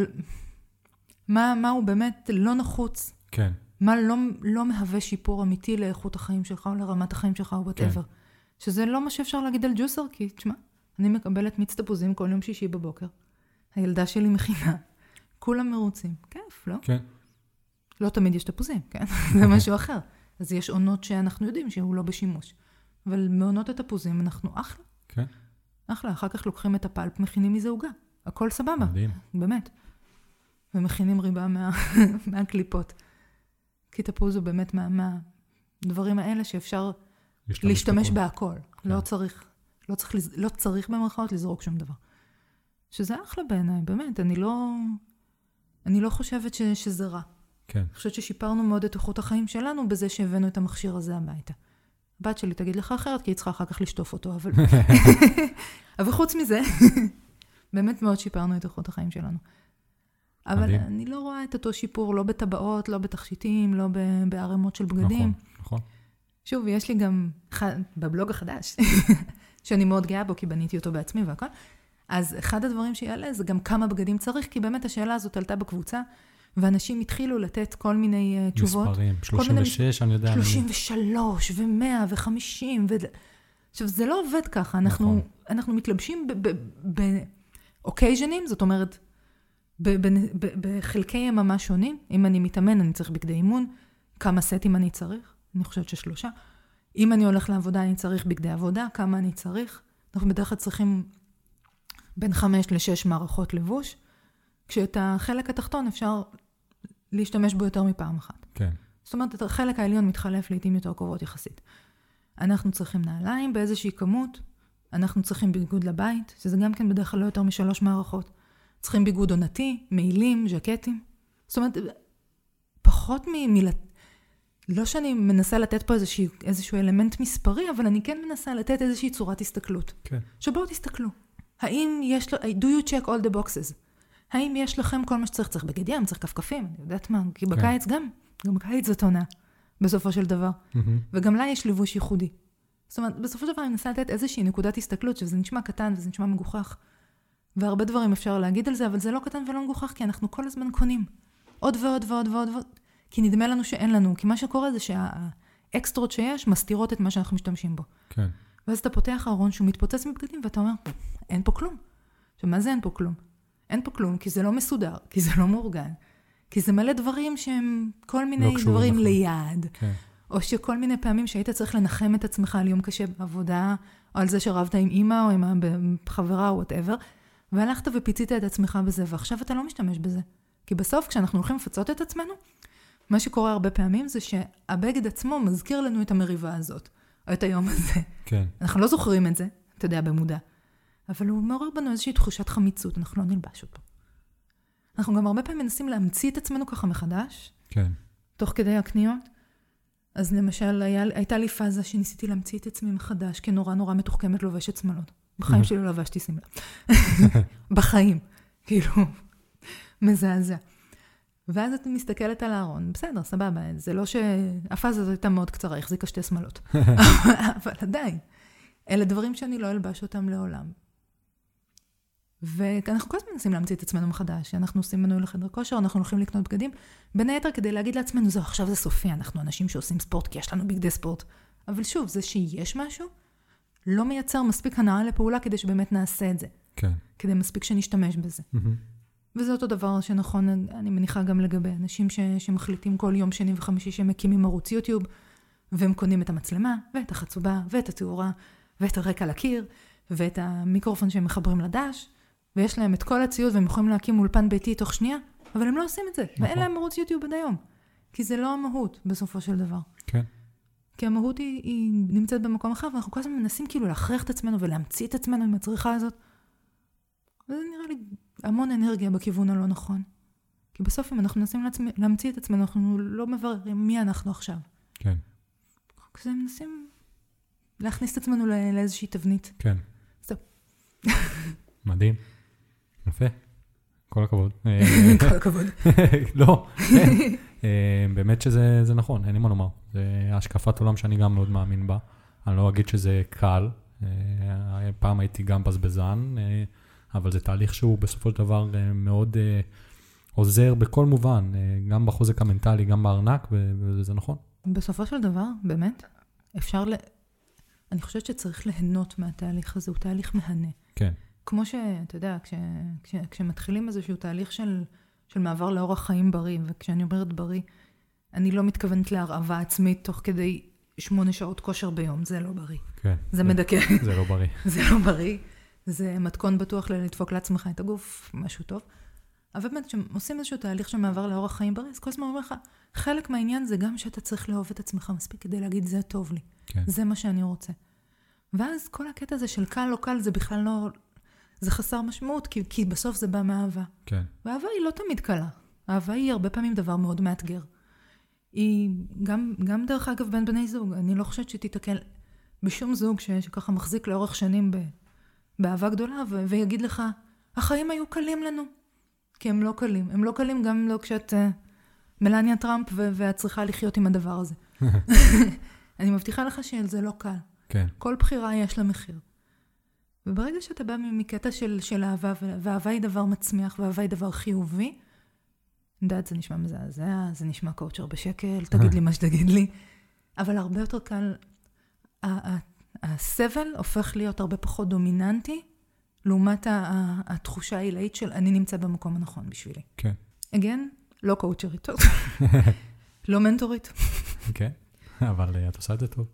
Speaker 2: מה, מה הוא באמת לא נחוץ.
Speaker 1: כן.
Speaker 2: מה לא, לא מהווה שיפור אמיתי לאיכות החיים שלך, או לרמת החיים שלך, או whatever. כן. שזה לא מה שאפשר להגיד על ג'וסר, כי, תשמע, אני מקבלת מיץ תפוזים כל יום שישי בבוקר. הילדה שלי מכינה. כולם מרוצים. כיף, לא?
Speaker 1: כן.
Speaker 2: לא תמיד יש תפוזים, כן? זה משהו אחר. אז יש עונות שאנחנו יודעים שהוא לא בשימוש. אבל מעונות התפוזים אנחנו אחלה.
Speaker 1: כן.
Speaker 2: אחלה. אחר כך לוקחים את הפלפ, מכינים מזה עוגה. הכל סבבה.
Speaker 1: מדהים.
Speaker 2: באמת. ומכינים ריבה מה, מהקליפות. כי תפוז הוא באמת מה, מהדברים האלה שאפשר להשתמש בהכל. כן. לא צריך, לא צריך, לא צריך במרכאות לזרוק שום דבר. שזה אחלה בעיניי, באמת. אני לא, אני לא חושבת ש, שזה רע.
Speaker 1: כן.
Speaker 2: אני חושבת ששיפרנו מאוד את איכות החיים שלנו בזה שהבאנו את המכשיר הזה הביתה. הבת שלי תגיד לך אחרת, כי היא צריכה אחר כך לשטוף אותו, אבל... אבל חוץ מזה, באמת מאוד שיפרנו את איכות החיים שלנו. אבל מדהים. אני לא רואה את אותו שיפור, לא בטבעות, לא בתכשיטים, לא בערימות של בגדים.
Speaker 1: נכון, נכון.
Speaker 2: שוב, יש לי גם בבלוג החדש, שאני מאוד גאה בו, כי בניתי אותו בעצמי והכל. אז אחד הדברים שיעלה זה גם כמה בגדים צריך, כי באמת השאלה הזאת עלתה בקבוצה, ואנשים התחילו לתת כל מיני uh, תשובות.
Speaker 1: מספרים, שלושים ושש, אני יודע.
Speaker 2: שלושים ושלוש, ו-מאה, ו-חמישים. ו... עכשיו, זה לא עובד ככה. אנחנו, נכון. אנחנו מתלבשים באוקייז'נים, זאת אומרת, בחלקי יממה שונים. אם אני מתאמן, אני צריך בגדי אימון. כמה סטים אני צריך? אני חושבת ששלושה. אם אני הולך לעבודה, אני צריך בגדי עבודה. כמה אני צריך? אנחנו בדרך כלל צריכים בין חמש לשש מערכות לבוש, כשאת החלק התחתון אפשר להשתמש בו יותר מפעם אחת.
Speaker 1: כן.
Speaker 2: זאת אומרת, החלק העליון מתחלף לעתים יותר קרובות יחסית. אנחנו צריכים נעליים באיזושהי כמות, אנחנו צריכים ביגוד לבית, שזה גם כן בדרך כלל לא יותר משלוש מערכות. צריכים ביגוד עונתי, מעילים, ז'קטים. זאת אומרת, פחות מ... לא שאני מנסה לתת פה איזושהי, איזשהו אלמנט מספרי, אבל אני כן מנסה לתת איזושהי צורת הסתכלות.
Speaker 1: כן.
Speaker 2: שבואו תסתכלו. האם יש לו... do you check all the boxes? האם יש לכם כל מה שצריך? צריך בגד ים, צריך כפכפים, אני יודעת מה, כי בקיץ גם, גם בקיץ זאת עונה, בסופו של דבר. וגם לה יש לבוש ייחודי. זאת אומרת, בסופו של דבר אני מנסה לתת איזושהי נקודת הסתכלות, שזה נשמע קטן וזה נשמע מגוחך. והרבה דברים אפשר להגיד על זה, אבל זה לא קטן ולא מגוחך, כי אנחנו כל הזמן קונים. עוד ועוד ועוד ועוד ועוד. כי נדמה לנו שאין לנו, כי מה שקורה זה שהאקסטרות שיש מסתירות את מה שאנחנו משתמשים בו.
Speaker 1: כן.
Speaker 2: ואז אתה פותח ארון שהוא מתפוצץ מבגדים, ואתה אומר, אין פה כלום. עכשיו, מה זה אין פה כלום? אין פה כלום, כי זה לא מסודר, כי זה לא מאורגן, כי זה מלא דברים שהם כל מיני לא דברים נכון. ליד, כן. או שכל מיני פעמים שהיית צריך לנחם את עצמך על יום קשה בעבודה, או על זה שרבת עם אמא או עם חברה או whatever, והלכת ופיצית את עצמך בזה, ועכשיו אתה לא משתמש בזה. כי בסוף, כשאנחנו הולכים לפצות את עצמנו, מה שקורה הרבה פעמים זה שהבגד עצמו מזכיר לנו את המריבה הזאת, או את היום הזה.
Speaker 1: כן.
Speaker 2: אנחנו לא זוכרים את זה, אתה יודע, במודע. אבל הוא מעורר בנו איזושהי תחושת חמיצות, אנחנו לא נלבש אותו. אנחנו גם הרבה פעמים מנסים להמציא את עצמנו ככה מחדש,
Speaker 1: כן.
Speaker 2: תוך כדי הקניות. אז למשל, היה, הייתה לי פאזה שניסיתי להמציא את עצמי מחדש, כי נורא נורא מתוחכמת לובשת שמלות. בחיים שלי לא לבשתי שמלה. בחיים. כאילו, מזעזע. ואז את מסתכלת על הארון, בסדר, סבבה, זה לא שהפאזה הזאת הייתה מאוד קצרה, החזיקה שתי שמלות. אבל עדיין, אלה דברים שאני לא אלבש אותם לעולם. ואנחנו כל הזמן מנסים להמציא את עצמנו מחדש, אנחנו עושים מנוי לחדר כושר, אנחנו הולכים לקנות בגדים, בין היתר כדי להגיד לעצמנו, זהו, עכשיו זה סופי, אנחנו אנשים שעושים ספורט, כי יש לנו בגדי ספורט. אבל שוב, זה שיש משהו, לא מייצר מספיק הנאה לפעולה, כדי שבאמת נעשה את זה.
Speaker 1: כן.
Speaker 2: כדי מספיק שנשתמש בזה. וזה אותו דבר שנכון, אני מניחה גם לגבי אנשים ש, שמחליטים כל יום שני וחמישי שהם מקימים ערוץ יוטיוב, והם קונים את המצלמה, ואת החצובה, ואת התאורה, ואת הרקע לקיר, ואת המיקרופון שהם מחברים לדש, ויש להם את כל הציוד, והם יכולים להקים אולפן ביתי תוך שנייה, אבל הם לא עושים את זה, ואין להם ערוץ יוטיוב עד היום. כי זה לא המהות, בסופו של דבר.
Speaker 1: כן.
Speaker 2: כי המהות היא, היא נמצאת במקום אחר, ואנחנו כל הזמן מנסים כאילו להכריח את עצמנו, ולהמציא את עצמנו עם הצריכה הזאת. וזה נראה לי המון אנרגיה בכיוון הלא נכון. כי בסוף אם אנחנו מנסים לעצמי, להמציא את עצמנו, אנחנו לא מבררים מי אנחנו עכשיו.
Speaker 1: כן.
Speaker 2: כזה מנסים להכניס את עצמנו לא, לאיזושהי תבנית.
Speaker 1: כן.
Speaker 2: סטופ.
Speaker 1: מדהים. יפה. כל הכבוד.
Speaker 2: כל הכבוד.
Speaker 1: לא, כן. באמת שזה זה נכון, אין לי מה לומר. זה השקפת עולם שאני גם מאוד מאמין בה. אני לא אגיד שזה קל. פעם הייתי גם בזבזן, אבל זה תהליך שהוא בסופו של דבר מאוד עוזר בכל מובן, גם בחוזק המנטלי, גם בארנק, וזה נכון.
Speaker 2: בסופו של דבר, באמת, אפשר ל... אני חושבת שצריך ליהנות מהתהליך הזה, הוא תהליך מהנה.
Speaker 1: כן.
Speaker 2: כמו שאתה יודע, כש, כש, כשמתחילים איזשהו תהליך של, של מעבר לאורח חיים בריא, וכשאני אומרת בריא, אני לא מתכוונת להרעבה עצמית תוך כדי שמונה שעות כושר ביום, זה לא בריא.
Speaker 1: כן.
Speaker 2: זה, זה מדכא.
Speaker 1: זה לא בריא.
Speaker 2: זה לא בריא. זה מתכון בטוח לדפוק לעצמך את הגוף, משהו טוב. אבל באמת, כשעושים איזשהו תהליך של מעבר לאורח חיים בריא, אז כל הזמן אומר לך, חלק מהעניין זה גם שאתה צריך לאהוב את עצמך מספיק כדי להגיד, זה טוב לי.
Speaker 1: כן.
Speaker 2: זה מה שאני רוצה. ואז כל הקטע הזה של קל לא קל, זה בכלל לא... זה חסר משמעות, כי, כי בסוף זה בא מאהבה.
Speaker 1: כן.
Speaker 2: ואהבה היא לא תמיד קלה. אהבה היא הרבה פעמים דבר מאוד מאתגר. היא גם, גם דרך אגב בין בני זוג. אני לא חושבת שתתקל בשום זוג ש, שככה מחזיק לאורך שנים ב, באהבה גדולה, ו, ויגיד לך, החיים היו קלים לנו. כי הם לא קלים. הם לא קלים גם לא כשאת uh, מלניה טראמפ ו- ואת צריכה לחיות עם הדבר הזה. אני מבטיחה לך שזה לא קל.
Speaker 1: כן.
Speaker 2: כל בחירה יש לה מחיר. וברגע שאתה בא מקטע של, של אהבה, ואהבה היא דבר מצמיח, ואהבה היא דבר חיובי, אני יודעת, זה נשמע מזעזע, זה נשמע קואוצ'ר בשקל, תגיד לי מה שתגיד לי, אבל הרבה יותר קל, הסבל הופך להיות הרבה פחות דומיננטי, לעומת התחושה העילאית של אני נמצא במקום הנכון בשבילי.
Speaker 1: כן.
Speaker 2: again, לא קואוצ'רית, לא מנטורית.
Speaker 1: כן, אבל את עושה את זה טוב.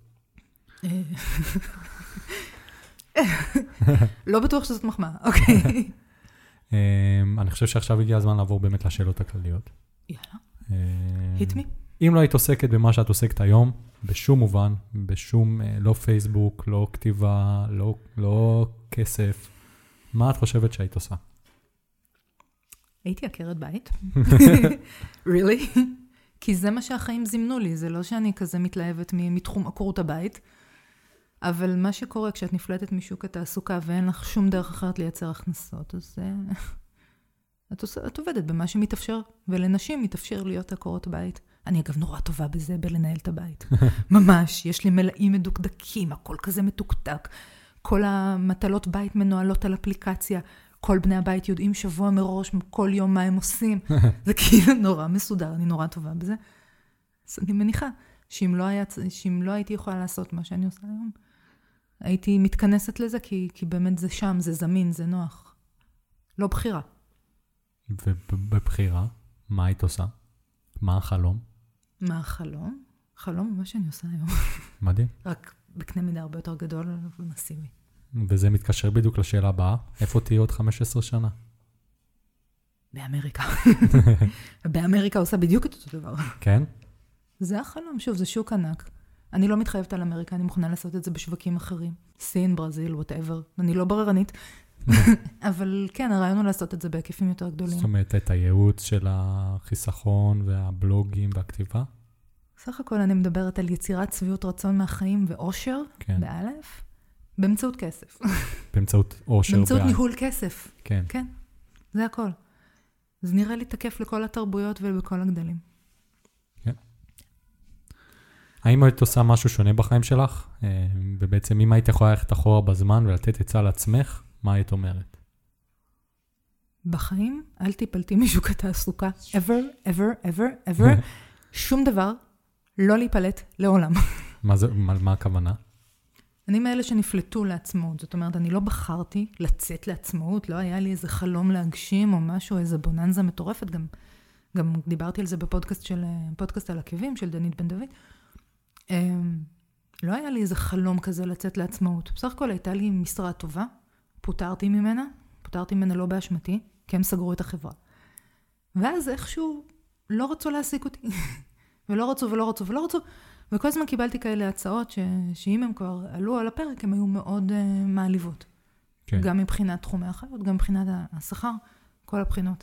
Speaker 2: לא בטוח שזאת מחמאה, אוקיי.
Speaker 1: אני חושב שעכשיו הגיע הזמן לעבור באמת לשאלות הכלליות.
Speaker 2: יאללה. hit me.
Speaker 1: אם לא היית עוסקת במה שאת עוסקת היום, בשום מובן, בשום, לא פייסבוק, לא כתיבה, לא, לא כסף, מה את חושבת שהיית עושה?
Speaker 2: הייתי עקרת בית. really? כי זה מה שהחיים זימנו לי, זה לא שאני כזה מתלהבת מתחום עקרות הבית, אבל מה שקורה כשאת נפלטת משוק התעסוקה ואין לך שום דרך אחרת לייצר הכנסות, אז את, עושה, את עובדת במה שמתאפשר, ולנשים מתאפשר להיות עקרות בית. אני אגב נורא טובה בזה, בלנהל את הבית. ממש, יש לי מלאים מדוקדקים, הכל כזה מתוקתק. כל המטלות בית מנוהלות על אפליקציה, כל בני הבית יודעים שבוע מראש, כל יום מה הם עושים. זה כאילו נורא מסודר, אני נורא טובה בזה. אז אני מניחה שאם לא, היה, שאם לא הייתי יכולה לעשות מה שאני עושה היום, הייתי מתכנסת לזה, כי, כי באמת זה שם, זה זמין, זה נוח. לא בחירה.
Speaker 1: ובבחירה, מה היית עושה? מה החלום?
Speaker 2: מה החלום? חלום מה שאני עושה היום.
Speaker 1: מדהים.
Speaker 2: רק בקנה מידה הרבה יותר גדול ומסיבי.
Speaker 1: וזה מתקשר בדיוק לשאלה הבאה, איפה תהיה עוד חמש עשרה שנה?
Speaker 2: באמריקה. באמריקה עושה בדיוק את אותו דבר.
Speaker 1: כן?
Speaker 2: זה החלום, שוב, זה שוק ענק. אני לא מתחייבת על אמריקה, אני מוכנה לעשות את זה בשווקים אחרים. סין, ברזיל, whatever. אני לא בררנית. אבל כן, הרעיון הוא לעשות את זה בהיקפים יותר גדולים.
Speaker 1: זאת אומרת, את הייעוץ של החיסכון והבלוגים והכתיבה?
Speaker 2: סך הכל אני מדברת על יצירת צביעות רצון מהחיים ואושר,
Speaker 1: כן.
Speaker 2: באלף, באמצעות כסף.
Speaker 1: באמצעות אושר.
Speaker 2: באמצעות ניהול כסף.
Speaker 1: כן.
Speaker 2: כן, זה הכל. זה נראה לי תקף לכל התרבויות ובכל הגדלים.
Speaker 1: כן. האם היית עושה משהו שונה בחיים שלך? ובעצם אם היית יכולה ללכת אחורה בזמן ולתת עצה לעצמך, מה היית אומרת?
Speaker 2: בחיים, אל תיפלטי משוק התעסוקה. ever, ever, ever, ever. שום דבר לא להיפלט לעולם.
Speaker 1: מה זה, מה, מה הכוונה?
Speaker 2: אני מאלה שנפלטו לעצמאות. זאת אומרת, אני לא בחרתי לצאת לעצמאות, לא היה לי איזה חלום להגשים או משהו, איזה בוננזה מטורפת. גם, גם דיברתי על זה בפודקאסט של, פודקאסט על עקבים של דנית בן דוד. לא היה לי איזה חלום כזה לצאת לעצמאות. בסך הכל הייתה לי משרה טובה, פוטרתי ממנה, פוטרתי ממנה לא באשמתי, כי הם סגרו את החברה. ואז איכשהו לא רצו להעסיק אותי. ולא רצו ולא רצו ולא רצו. וכל הזמן קיבלתי כאלה הצעות ש... שאם הם כבר עלו על הפרק, הם היו מאוד uh, מעליבות. כן. גם מבחינת תחומי החיות, גם מבחינת השכר, כל הבחינות.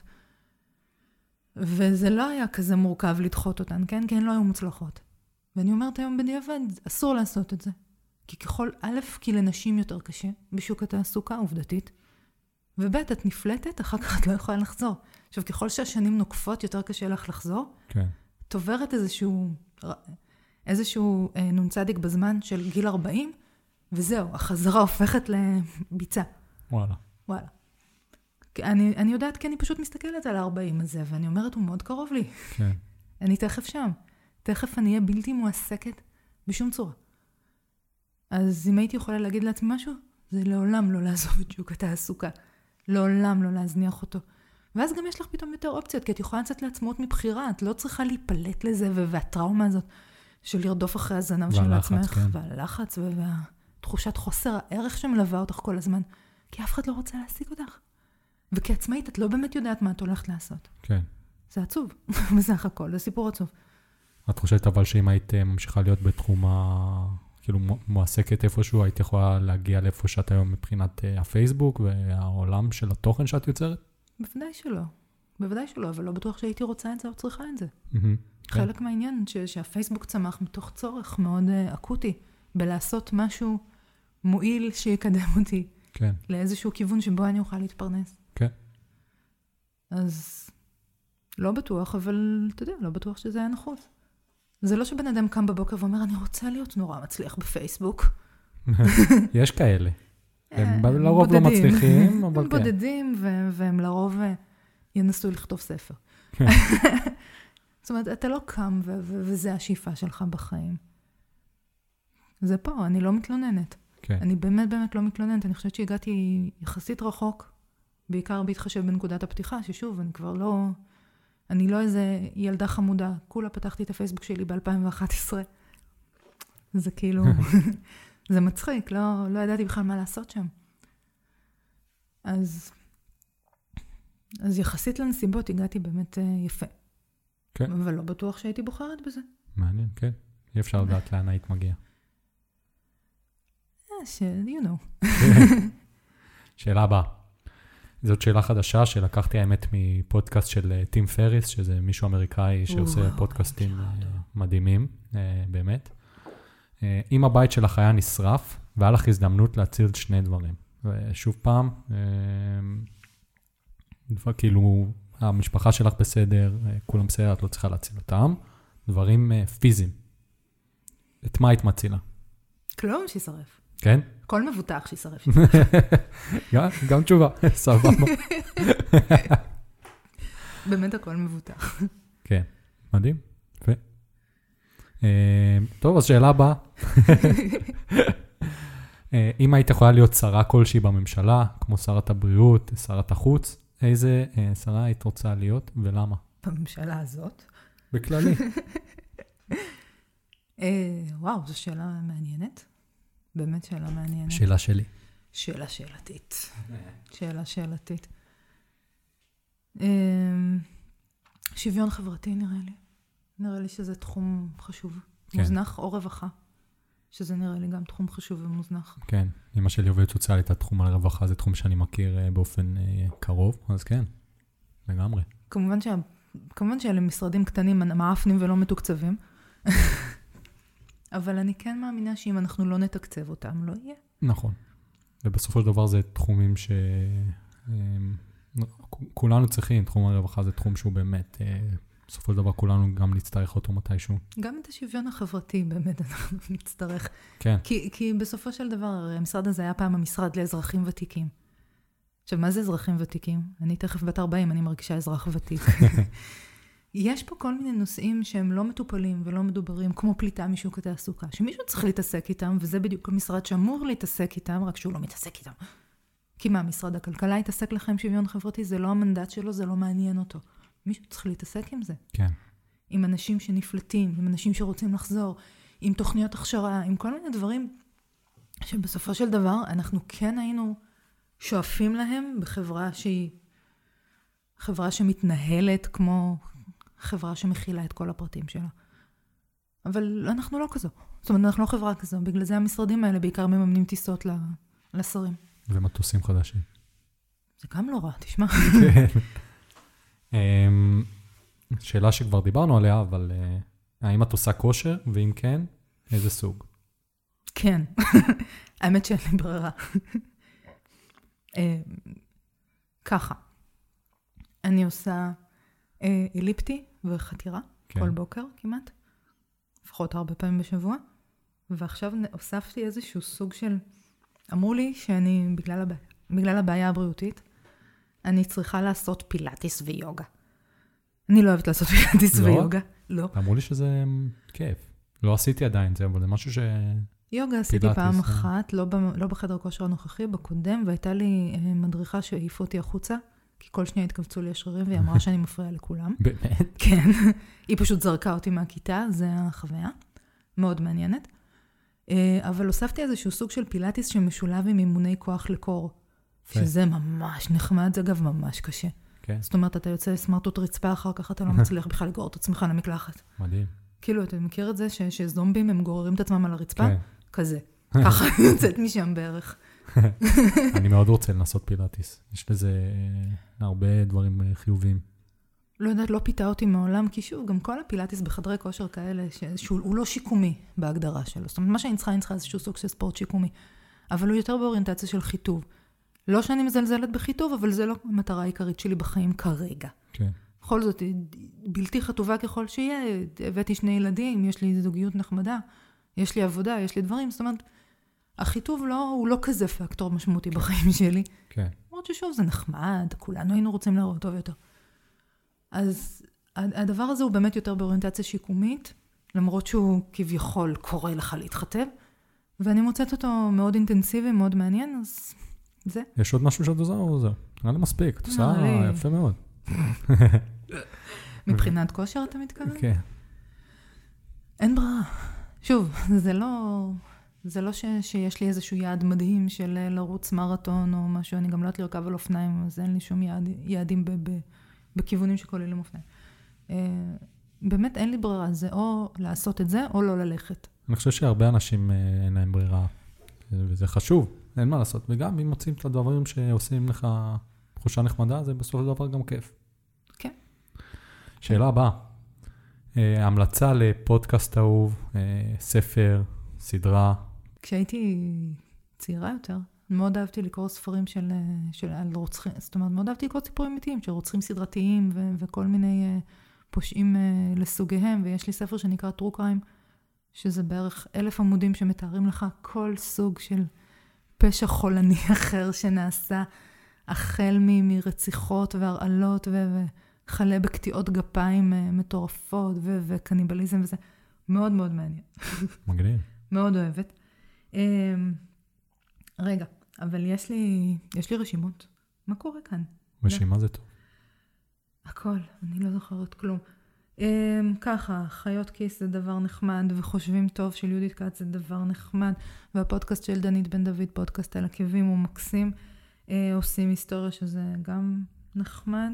Speaker 2: וזה לא היה כזה מורכב לדחות אותן, כן? כי הן לא היו מוצלחות. ואני אומרת היום בדיעבד, אסור לעשות את זה. כי ככל, א', כי לנשים יותר קשה בשוק התעסוקה, עובדתית, וב', את נפלטת, אחר כך את לא יכולה לחזור. עכשיו, ככל שהשנים נוקפות, יותר קשה לך לחזור,
Speaker 1: כן.
Speaker 2: את עוברת איזשהו, איזשהו אה, נונצדיק בזמן של גיל ארבעים, וזהו, החזרה הופכת לביצה.
Speaker 1: וואלה.
Speaker 2: וואלה. אני, אני יודעת, כי אני פשוט מסתכלת על ה-ארבעים הזה, ואני אומרת, הוא מאוד קרוב לי.
Speaker 1: כן.
Speaker 2: אני תכף שם. תכף אני אהיה בלתי מועסקת בשום צורה. אז אם הייתי יכולה להגיד לעצמי משהו, זה לעולם לא לעזוב את שוק התעסוקה. לעולם לא להזניח אותו. ואז גם יש לך פתאום יותר אופציות, כי את יכולה לצאת לעצמאות מבחירה, את לא צריכה להיפלט לזה, והטראומה הזאת של לרדוף אחרי הזנב של עצמך, כן. והלחץ, והתחושת חוסר הערך שמלווה אותך כל הזמן, כי אף אחד לא רוצה להשיג אותך. וכעצמאית, את לא באמת יודעת מה את הולכת לעשות.
Speaker 1: כן.
Speaker 2: זה עצוב, בסך הכל, זה סיפור עצוב.
Speaker 1: את חושבת אבל שאם היית ממשיכה להיות בתחום ה... כאילו מועסקת איפשהו, היית יכולה להגיע לאיפה שאת היום מבחינת הפייסבוק והעולם של התוכן שאת יוצרת?
Speaker 2: בוודאי שלא. בוודאי שלא, אבל לא בטוח שהייתי רוצה את זה או צריכה את זה.
Speaker 1: Mm-hmm.
Speaker 2: חלק
Speaker 1: כן.
Speaker 2: מהעניין ש- שהפייסבוק צמח מתוך צורך מאוד uh, אקוטי, בלעשות משהו מועיל שיקדם אותי.
Speaker 1: כן.
Speaker 2: לאיזשהו כיוון שבו אני אוכל להתפרנס.
Speaker 1: כן.
Speaker 2: אז לא בטוח, אבל אתה יודע, לא בטוח שזה היה נחוץ. זה לא שבן אדם קם בבוקר ואומר, אני רוצה להיות נורא מצליח בפייסבוק.
Speaker 1: יש כאלה. הם לרוב לא מצליחים, אבל כן.
Speaker 2: הם בודדים, והם לרוב ינסו לכתוב ספר. זאת אומרת, אתה לא קם, וזה השאיפה שלך בחיים. זה פה, אני לא מתלוננת. אני באמת באמת לא מתלוננת. אני חושבת שהגעתי יחסית רחוק, בעיקר בהתחשב בנקודת הפתיחה, ששוב, אני כבר לא... אני לא איזה ילדה חמודה. כולה פתחתי את הפייסבוק שלי ב-אלפיים ואחת עשרה. זה כאילו... זה מצחיק, לא, לא ידעתי בכלל מה לעשות שם. אז... אז יחסית לנסיבות הגעתי באמת יפה.
Speaker 1: כן.
Speaker 2: אבל לא בטוח שהייתי בוחרת בזה.
Speaker 1: מעניין, כן. אי אפשר לדעת לאן היית מגיעה.
Speaker 2: ש... you know.
Speaker 1: שאלה הבאה. זאת שאלה חדשה שלקחתי האמת מפודקאסט של טים פריס, שזה מישהו אמריקאי שעושה פודקאסטים מדהימים, באמת. אם הבית שלך היה נשרף, והיה לך הזדמנות להציל שני דברים. ושוב פעם, כאילו, המשפחה שלך בסדר, כולם בסדר, את לא צריכה להציל אותם. דברים פיזיים. את מה היית מצילה?
Speaker 2: כלום שישרף.
Speaker 1: כן?
Speaker 2: כל מבוטח שישרף.
Speaker 1: גם תשובה, סבבה.
Speaker 2: באמת הכל מבוטח.
Speaker 1: כן, מדהים. טוב, אז שאלה הבאה. אם היית יכולה להיות שרה כלשהי בממשלה, כמו שרת הבריאות, שרת החוץ, איזה שרה היית רוצה להיות ולמה?
Speaker 2: בממשלה הזאת?
Speaker 1: בכללי.
Speaker 2: וואו, זו שאלה מעניינת. באמת שאלה מעניינת.
Speaker 1: שאלה שלי.
Speaker 2: שאלה שאלתית. שאלה שאלתית. שוויון חברתי נראה לי. נראה לי שזה תחום חשוב. כן. מוזנח או רווחה. שזה נראה לי גם תחום חשוב ומוזנח.
Speaker 1: כן. אמא שלי עובדת סוציאלית, התחום על רווחה זה תחום שאני מכיר באופן קרוב, אז כן, לגמרי.
Speaker 2: כמובן, שה, כמובן שאלה משרדים קטנים, מעפנים ולא מתוקצבים. אבל אני כן מאמינה שאם אנחנו לא נתקצב אותם, לא יהיה.
Speaker 1: נכון. ובסופו של דבר זה תחומים שכולנו צריכים, תחום הרווחה זה תחום שהוא באמת, בסופו של דבר כולנו גם נצטרך אותו מתישהו.
Speaker 2: גם את השוויון החברתי באמת אנחנו נצטרך.
Speaker 1: כן.
Speaker 2: כי, כי בסופו של דבר, המשרד הזה היה פעם המשרד לאזרחים ותיקים. עכשיו, מה זה אזרחים ותיקים? אני תכף בת ארבעים, אני מרגישה אזרח ותיק. יש פה כל מיני נושאים שהם לא מטופלים ולא מדוברים, כמו פליטה משוק התעסוקה, שמישהו צריך להתעסק איתם, וזה בדיוק המשרד שאמור להתעסק איתם, רק שהוא לא מתעסק איתם. כי מה, משרד הכלכלה יתעסק לכם שוויון חברתי? זה לא המנדט שלו, זה לא מעניין אותו. מישהו צריך להתעסק עם זה.
Speaker 1: כן.
Speaker 2: עם אנשים שנפלטים, עם אנשים שרוצים לחזור, עם תוכניות הכשרה, עם כל מיני דברים שבסופו של דבר אנחנו כן היינו שואפים להם בחברה שהיא חברה שמתנהלת כמו חברה שמכילה את כל הפרטים שלה. אבל אנחנו לא כזו. זאת אומרת, אנחנו לא חברה כזו. בגלל זה המשרדים האלה בעיקר מממנים טיסות לשרים.
Speaker 1: ומטוסים חדשים.
Speaker 2: זה גם לא רע, תשמע.
Speaker 1: שאלה שכבר דיברנו עליה, אבל האם את עושה כושר, ואם כן, איזה סוג?
Speaker 2: כן. האמת שאין לי ברירה. ככה. אני עושה אליפטי וחתירה, כל בוקר כמעט. לפחות הרבה פעמים בשבוע. ועכשיו הוספתי איזשהו סוג של... אמרו לי שאני, בגלל הבעיה, בגלל הבעיה הבריאותית, אני צריכה לעשות פילאטיס ויוגה. אני לא אוהבת לעשות פילאטיס ויוגה. לא.
Speaker 1: אמרו לי שזה כיף. לא עשיתי עדיין זה, אבל זה משהו ש...
Speaker 2: יוגה עשיתי פעם אחת, לא בחדר כושר הנוכחי, בקודם, והייתה לי מדריכה שהעיפה אותי החוצה, כי כל שניה התכווצו לי השרירים, והיא אמרה שאני מפריעה לכולם.
Speaker 1: באמת?
Speaker 2: כן. היא פשוט זרקה אותי מהכיתה, זה החוויה. מאוד מעניינת. אבל הוספתי איזשהו סוג של פילאטיס שמשולב עם אימוני כוח לקור, שזה ממש נחמד, זה אגב ממש קשה. זאת אומרת, אתה יוצא לסמרטוט רצפה, אחר כך אתה לא מצליח בכלל לגרור את עצמך למקלחת.
Speaker 1: מדהים.
Speaker 2: כאילו, אתה מכיר את זה שזומבים הם גוררים את עצמם על הרצפה? כזה. ככה יוצאת משם בערך.
Speaker 1: אני מאוד רוצה לנסות פילאטיס. יש לזה הרבה דברים חיוביים.
Speaker 2: לא יודעת, לא פיתה אותי מעולם, כי שוב, גם כל הפילאטיס בחדרי כושר כאלה, שהוא לא שיקומי בהגדרה שלו. זאת אומרת, מה שאני צריכה, אני צריכה איזשהו סוג של ספורט שיקומי. אבל הוא יותר באוריינטציה של חיטוב. לא שאני מזלזלת בחיטוב, אבל זה לא המטרה העיקרית שלי בחיים כרגע.
Speaker 1: כן.
Speaker 2: בכל זאת, בלתי חטובה ככל שיהיה, הבאתי שני ילדים, יש לי זוגיות נחמדה, יש לי עבודה, יש לי דברים, זאת אומרת, החיטוב לא, הוא לא כזה פקטור משמעותי בחיים שלי.
Speaker 1: כן.
Speaker 2: למרות ששוב, זה נחמד, כולנו היינו רוצים להראות טוב יותר. אז הדבר הזה הוא באמת יותר באוריינטציה שיקומית, למרות שהוא כביכול קורא לך להתחתב, ואני מוצאת אותו מאוד אינטנסיבי, מאוד מעניין, אז זה. יש
Speaker 1: עוד משהו שאת עושה או זה? נראה לי מספיק, את עושה יפה מאוד.
Speaker 2: מבחינת כושר אתה מתכוון?
Speaker 1: כן.
Speaker 2: אין ברירה. שוב, זה לא, זה לא ש, שיש לי איזשהו יעד מדהים של לרוץ מרתון או משהו, אני גם לא יודעת לרכב על אופניים, אז אין לי שום יעד, יעדים ב, ב, בכיוונים שכוללים אופניים. באמת אין לי ברירה, זה או לעשות את זה או לא ללכת.
Speaker 1: אני חושב שהרבה אנשים אין להם ברירה, וזה חשוב, אין מה לעשות, וגם אם מוצאים את הדברים שעושים לך תחושה נחמדה, זה בסופו של דבר גם כיף.
Speaker 2: כן.
Speaker 1: שאלה הבאה, המלצה לפודקאסט אהוב, ספר, סדרה.
Speaker 2: כשהייתי צעירה יותר, מאוד אהבתי לקרוא ספרים של, של על רוצחים, זאת אומרת, מאוד אהבתי לקרוא סיפורים אמיתיים, של רוצחים סדרתיים ו, וכל מיני פושעים לסוגיהם, ויש לי ספר שנקרא True Crime, שזה בערך אלף עמודים שמתארים לך כל סוג של פשע חולני אחר שנעשה, החל מ- מרציחות והרעלות ו... וחלה בקטיעות גפיים מטורפות ו- וקניבליזם וזה. מאוד מאוד מעניין.
Speaker 1: מגניב.
Speaker 2: מאוד אוהבת. רגע, אבל יש לי, יש לי רשימות. מה קורה כאן?
Speaker 1: רשימה זה טוב.
Speaker 2: הכל, אני לא זוכרת כלום. ככה, חיות כיס זה דבר נחמד, וחושבים טוב של יהודית כץ זה דבר נחמד, והפודקאסט של דנית בן דוד, פודקאסט על עקבים, הוא מקסים. עושים היסטוריה שזה גם נחמד.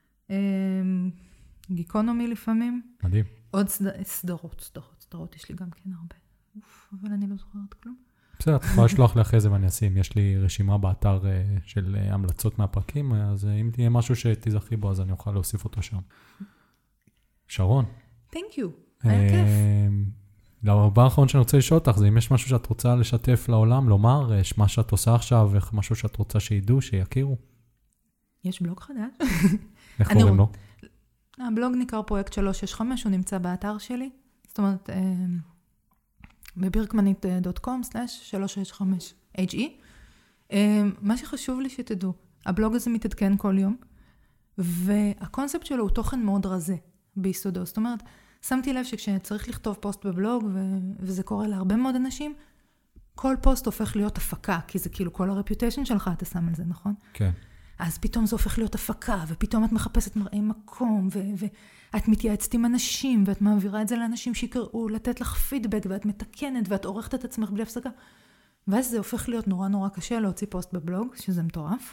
Speaker 2: גיקונומי לפעמים.
Speaker 1: מדהים.
Speaker 2: עוד סדרות, סדרות, סדרות, יש לי גם כן הרבה. אוף, אבל אני לא זוכרת כלום.
Speaker 1: בסדר, את יכולה לשלוח לי אחרי זה ואני אשים. יש לי רשימה באתר של המלצות מהפרקים, אז אם תהיה משהו שתזכי בו, אז אני אוכל להוסיף אותו שם. שרון.
Speaker 2: Thank you. היה כיף.
Speaker 1: דבר האחרון שאני רוצה לשאול אותך, זה אם יש משהו שאת רוצה לשתף לעולם, לומר, יש מה שאת עושה עכשיו, משהו שאת רוצה שידעו, שיכירו. יש
Speaker 2: בלוג חדש.
Speaker 1: איך קוראים לו?
Speaker 2: הבלוג נקרא פרויקט שלוש שש חמש, הוא נמצא באתר שלי. זאת אומרת, בבירקמנית דוט קום סלש שלוש שש חמש אייץ' אי. מה שחשוב לי שתדעו, הבלוג הזה מתעדכן כל יום, והקונספט שלו הוא תוכן מאוד רזה ביסודו. זאת אומרת, שמתי לב שכשצריך לכתוב פוסט בבלוג, וזה קורה להרבה מאוד אנשים, כל פוסט הופך להיות הפקה, כי זה כאילו כל הרפיוטיישן שלך, אתה שם על זה, נכון?
Speaker 1: כן.
Speaker 2: אז פתאום זה הופך להיות הפקה, ופתאום את מחפשת מראי מקום, ו- ואת מתייעצת עם אנשים, ואת מעבירה את זה לאנשים שיקראו, לתת לך פידבק, ואת מתקנת, ואת עורכת את עצמך בלי הפסקה. ואז זה הופך להיות נורא נורא קשה להוציא פוסט בבלוג, שזה מטורף.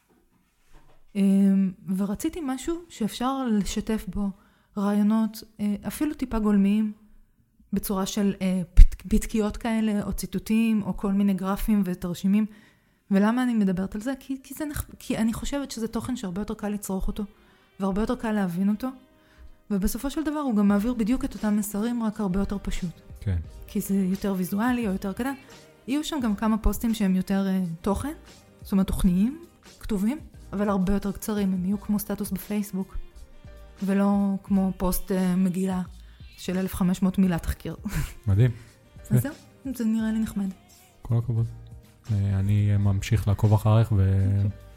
Speaker 2: ורציתי משהו שאפשר לשתף בו רעיונות, אפילו טיפה גולמיים, בצורה של פתקיות כאלה, או ציטוטים, או כל מיני גרפים ותרשימים. ולמה אני מדברת על זה? כי, כי, זה, כי אני חושבת שזה תוכן שהרבה יותר קל לצרוך אותו, והרבה יותר קל להבין אותו, ובסופו של דבר הוא גם מעביר בדיוק את אותם מסרים, רק הרבה יותר פשוט.
Speaker 1: כן.
Speaker 2: כי זה יותר ויזואלי או יותר קטן. יהיו שם גם כמה פוסטים שהם יותר uh, תוכן, זאת אומרת תוכניים, כתובים, אבל הרבה יותר קצרים, הם יהיו כמו סטטוס בפייסבוק, ולא כמו פוסט uh, מגילה של אלף וחמש מאות מילה תחקיר.
Speaker 1: מדהים.
Speaker 2: אז זהו, זה נראה לי נחמד.
Speaker 1: כל הכבוד. אני ממשיך לעקוב אחריך ו...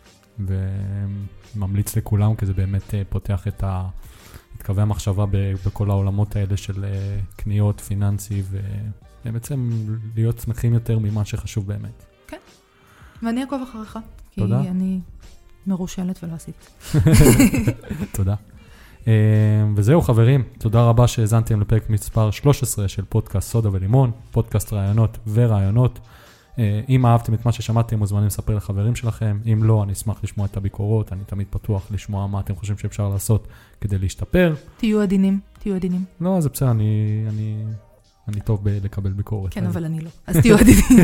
Speaker 1: וממליץ לכולם, כי זה באמת פותח את, ה... את קווי המחשבה ב... בכל העולמות האלה של קניות, פיננסי, ובעצם להיות שמחים יותר ממה שחשוב באמת.
Speaker 2: כן, ואני אעקוב אחריך, כי
Speaker 1: תודה.
Speaker 2: אני מרושלת ולא עשית.
Speaker 1: תודה. וזהו חברים, תודה רבה שהזנתם לפרק מספר שלוש עשרה של פודקאסט סודה ולימון, פודקאסט רעיונות ורעיונות. אם אהבתם את מה ששמעתם, מוזמנים לספר לחברים שלכם. אם לא, אני אשמח לשמוע את הביקורות. אני תמיד פתוח לשמוע מה אתם חושבים שאפשר לעשות כדי להשתפר.
Speaker 2: תהיו עדינים, תהיו עדינים.
Speaker 1: לא, זה בסדר, אני, אני, אני טוב בלקבל ביקורת.
Speaker 2: כן, אבל אני לא. אז תהיו עדינים.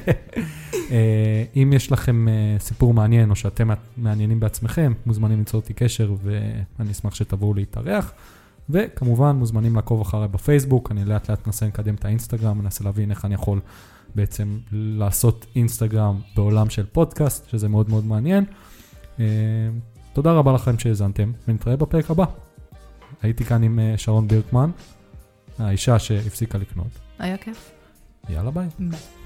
Speaker 1: אם יש לכם סיפור מעניין, או שאתם מעניינים בעצמכם, מוזמנים ליצור אותי קשר, ואני אשמח שתבואו להתארח. וכמובן, מוזמנים לעקוב אחרי בפייסבוק. אני לאט לאט מנסה לקדם את האינסטגרם, מנסה להבין איך אני יכול בעצם לעשות אינסטגרם בעולם של פודקאסט, שזה מאוד מאוד מעניין. תודה רבה לכם שהזנתם, ונתראה בפרק הבא. הייתי כאן עם שרון בירקמן, האישה שהפסיקה לקנות.
Speaker 2: היה כיף.
Speaker 1: יאללה ביי.
Speaker 2: ביי.